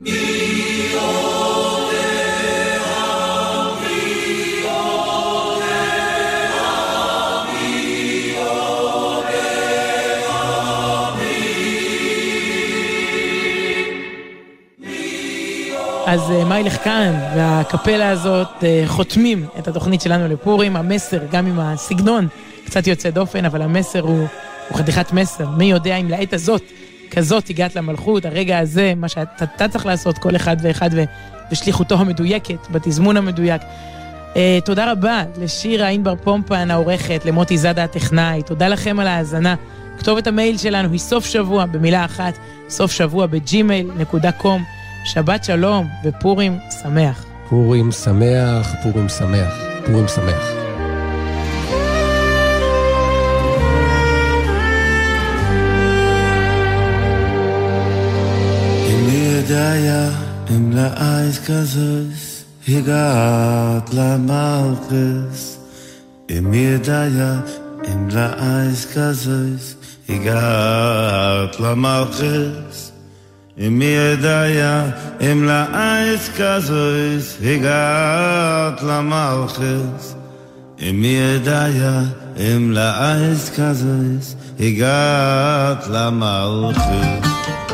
אז מה ילך כאן, והקפלה הזאת חותמים את התוכנית שלנו לפורים, המסר, גם עם הסגנון, קצת יוצא דופן, אבל המסר הוא חתיכת מסר. מי יודע אם לעת הזאת, כזאת הגעת למלכות, הרגע הזה, מה שאתה צריך לעשות, כל אחד ואחד ושליחותו המדויקת, בתזמון המדויק. תודה רבה לשירה אינבר פומפן העורכת, למוטי זדה הטכנאי, תודה לכם על ההאזנה. כתובת המייל שלנו היא סוף שבוע, במילה אחת, סוף שבוע ב-gmail.com. שבת שלום ופורים שמח. פורים שמח, פורים שמח, פורים שמח. אם ידעיה, אם לאייס כזוס, הגעת למלכס. אם ידעיה, אם לאייס כזוס, הגעת למלכס. אם ידעיה, אם לאייס כזוס, הגעת למלכס. אם ידעיה, אם לאייס כזוס, הגעת למלכס.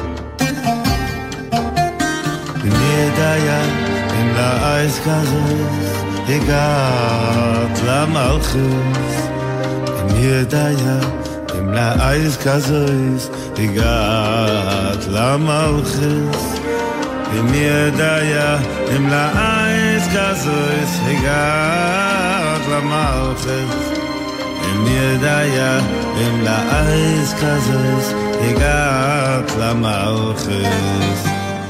אם ידעיה, אם לאייס כזוס, הגעת למלכס. אם ידעיה, אם לאייס כזוס, הגעת למלכס. אם ידעיה, אם לאייס כזוס, הגעת למלכס. אם ידעיה, אם לאייס כזוס, הגעת למלכס.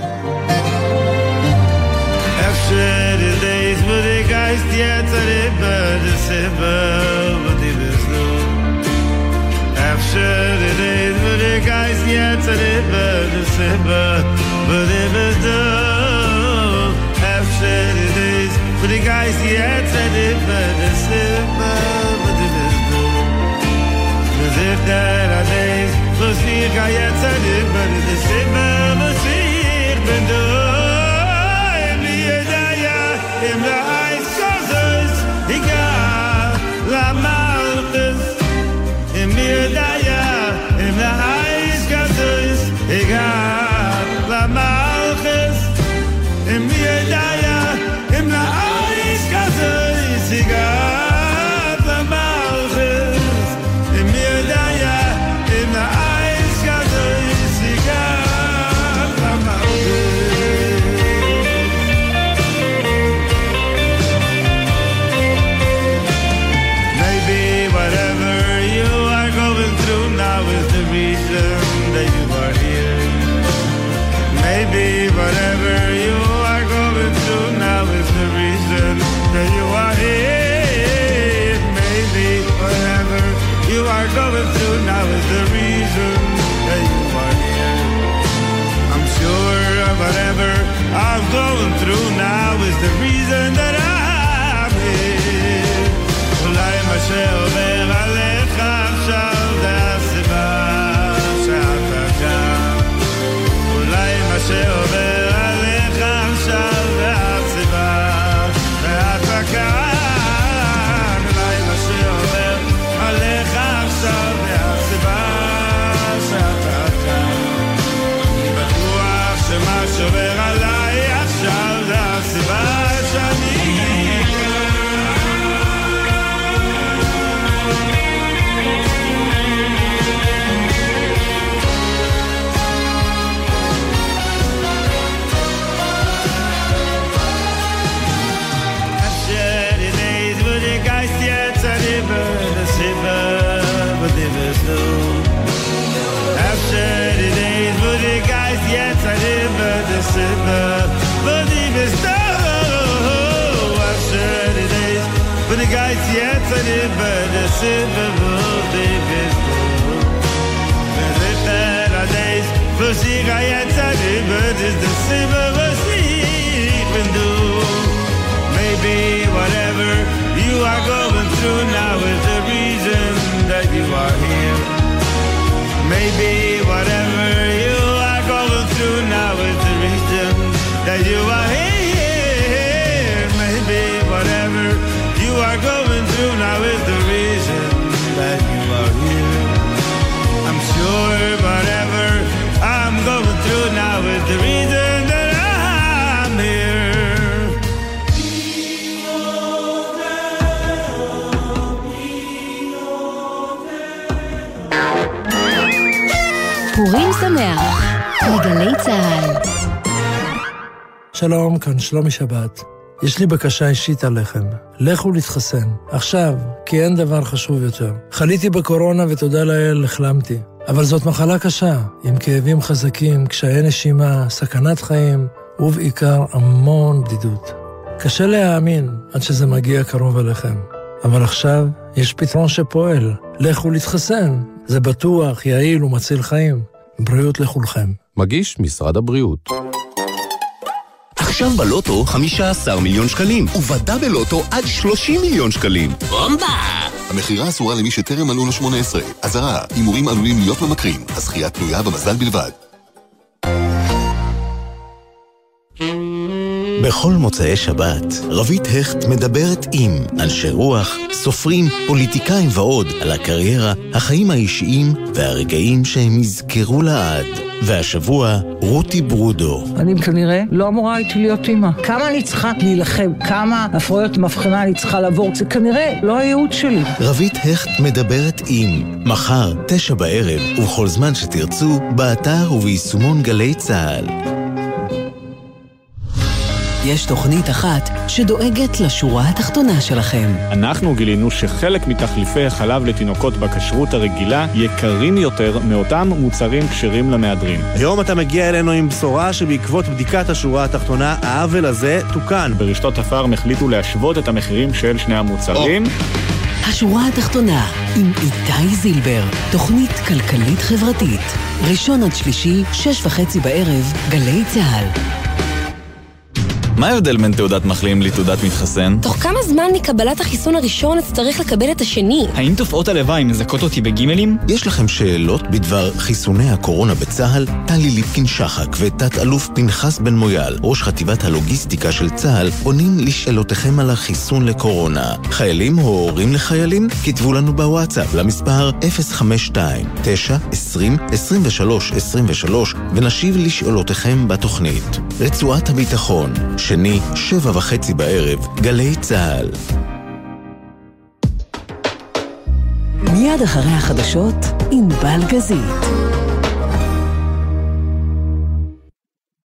Efter det days hvor det geist jetzt er det sebel hvor det beslu. Efter det days hvor det geist jetzt er det sebel hvor det beslu. Efter det days hvor det geist jetzt er det sebel hvor det beslu. Wir sind der days hvor sie jetzt er det sebel hvor sie bin du. Im Eis Kazes, egal, la Maltes. Im Mirdaya, im Eis Kazes, egal, la Maltes. Im Mirdaya, im Eis Kazes, egal, la Maltes. Im Mirdaya, im Eis Kazes, egal, la Maltes. through now is the reason that I'm here. אולי מה שעובר עליך עכשיו זה הסיבה שאתה כאן. אולי מה שעובר עליך עכשיו זה הסיבה שאתה כאן. אולי מה שעובר עליך עכשיו זה הסיבה שאתה כאן. אני בטוח שמה שעובר עליי עכשיו זה הסיבה שאני But the guys yet I did but the silver days for see I yet I did but the silver maybe whatever you are going through now is the reason that you are here. Maybe whatever you are going through now is the reason that you are here. Maybe whatever you are going through now is the reason that you are here. I'm sure whatever I'm going through now is the reason that I'm here. פורים שמח, מגלי צהל. שלום, כאן שלומי שבת. יש לי בקשה אישית עליכם. לכו להתחסן. עכשיו, כי אין דבר חשוב יותר. חליתי בקורונה ותודה לאל, החלמתי. אבל זאת מחלה קשה, עם כאבים חזקים, קשיי נשימה, סכנת חיים, ובעיקר המון בדידות. קשה להאמין עד שזה מגיע קרוב אליכם. אבל עכשיו יש פתרון שפועל. לכו להתחסן. זה בטוח, יעיל ומציל חיים. בריאות לכולכם. מגיש משרד הבריאות. עכשיו בלוטו 15 מיליון שקלים, ובדה בלוטו עד 30 מיליון שקלים. בומבה! המחירה אסורה למי שטרם מלאו לו 18. אזהרה, הימורים עלולים להיות ממכרים. הזכייה תלויה במזל בלבד. בכל מוצאי שבת, רבית הכט מדברת עם אנשי רוח, סופרים, פוליטיקאים ועוד על הקריירה, החיים האישיים והרגעים שהם יזכרו לעד. והשבוע, רותי ברודו. אני כנראה לא אמורה הייתי להיות אימא. כמה אני צריכה להילחם, כמה הפרעות מבחנה אני צריכה לעבור, זה כנראה לא הייעוד שלי. רבית הכט מדברת עם מחר, 9 בערב, ובכל זמן שתרצו, באתר וביישומון גלי צהל. יש תוכנית אחת שדואגת לשורה התחתונה שלכם. אנחנו גילינו שחלק מתחליפי החלב לתינוקות בכשרות הרגילה יקרים יותר מאותם מוצרים כשרים למהדרים. היום אתה מגיע אלינו עם בשורה שבעקבות בדיקת השורה התחתונה, העוול הזה תוקן. ברשתות הפארם החליטו להשוות את המחירים של שני המוצרים. השורה התחתונה עם איתי זילבר, תוכנית כלכלית חברתית. ראשון עד שלישי, 6:30 בערב, גלי צהל. מה ההבדל בין תעודת מחלים לתעודת מתחסן? תוך כמה זמן מקבלת החיסון הראשון אצטרך לקבל את השני? האם תופעות הלוואי מזכות אותי בגימלים? יש לכם שאלות בדבר חיסוני הקורונה בצהל? טלי ליפקין שחק ותת אלוף פנחס בן מויאל, ראש חטיבת הלוגיסטיקה של צהל, עונים לשאלותיכם על החיסון לקורונה. חיילים או הורים לחיילים? כתבו לנו בוואטסאפ למספר 052-920-2323 ונשיב לשאלותיכם בתוכנית. רצועת הביטחון, שני, 7:30 בערב, גלי צהל. מיד אחרי החדשות, ענבל גזית.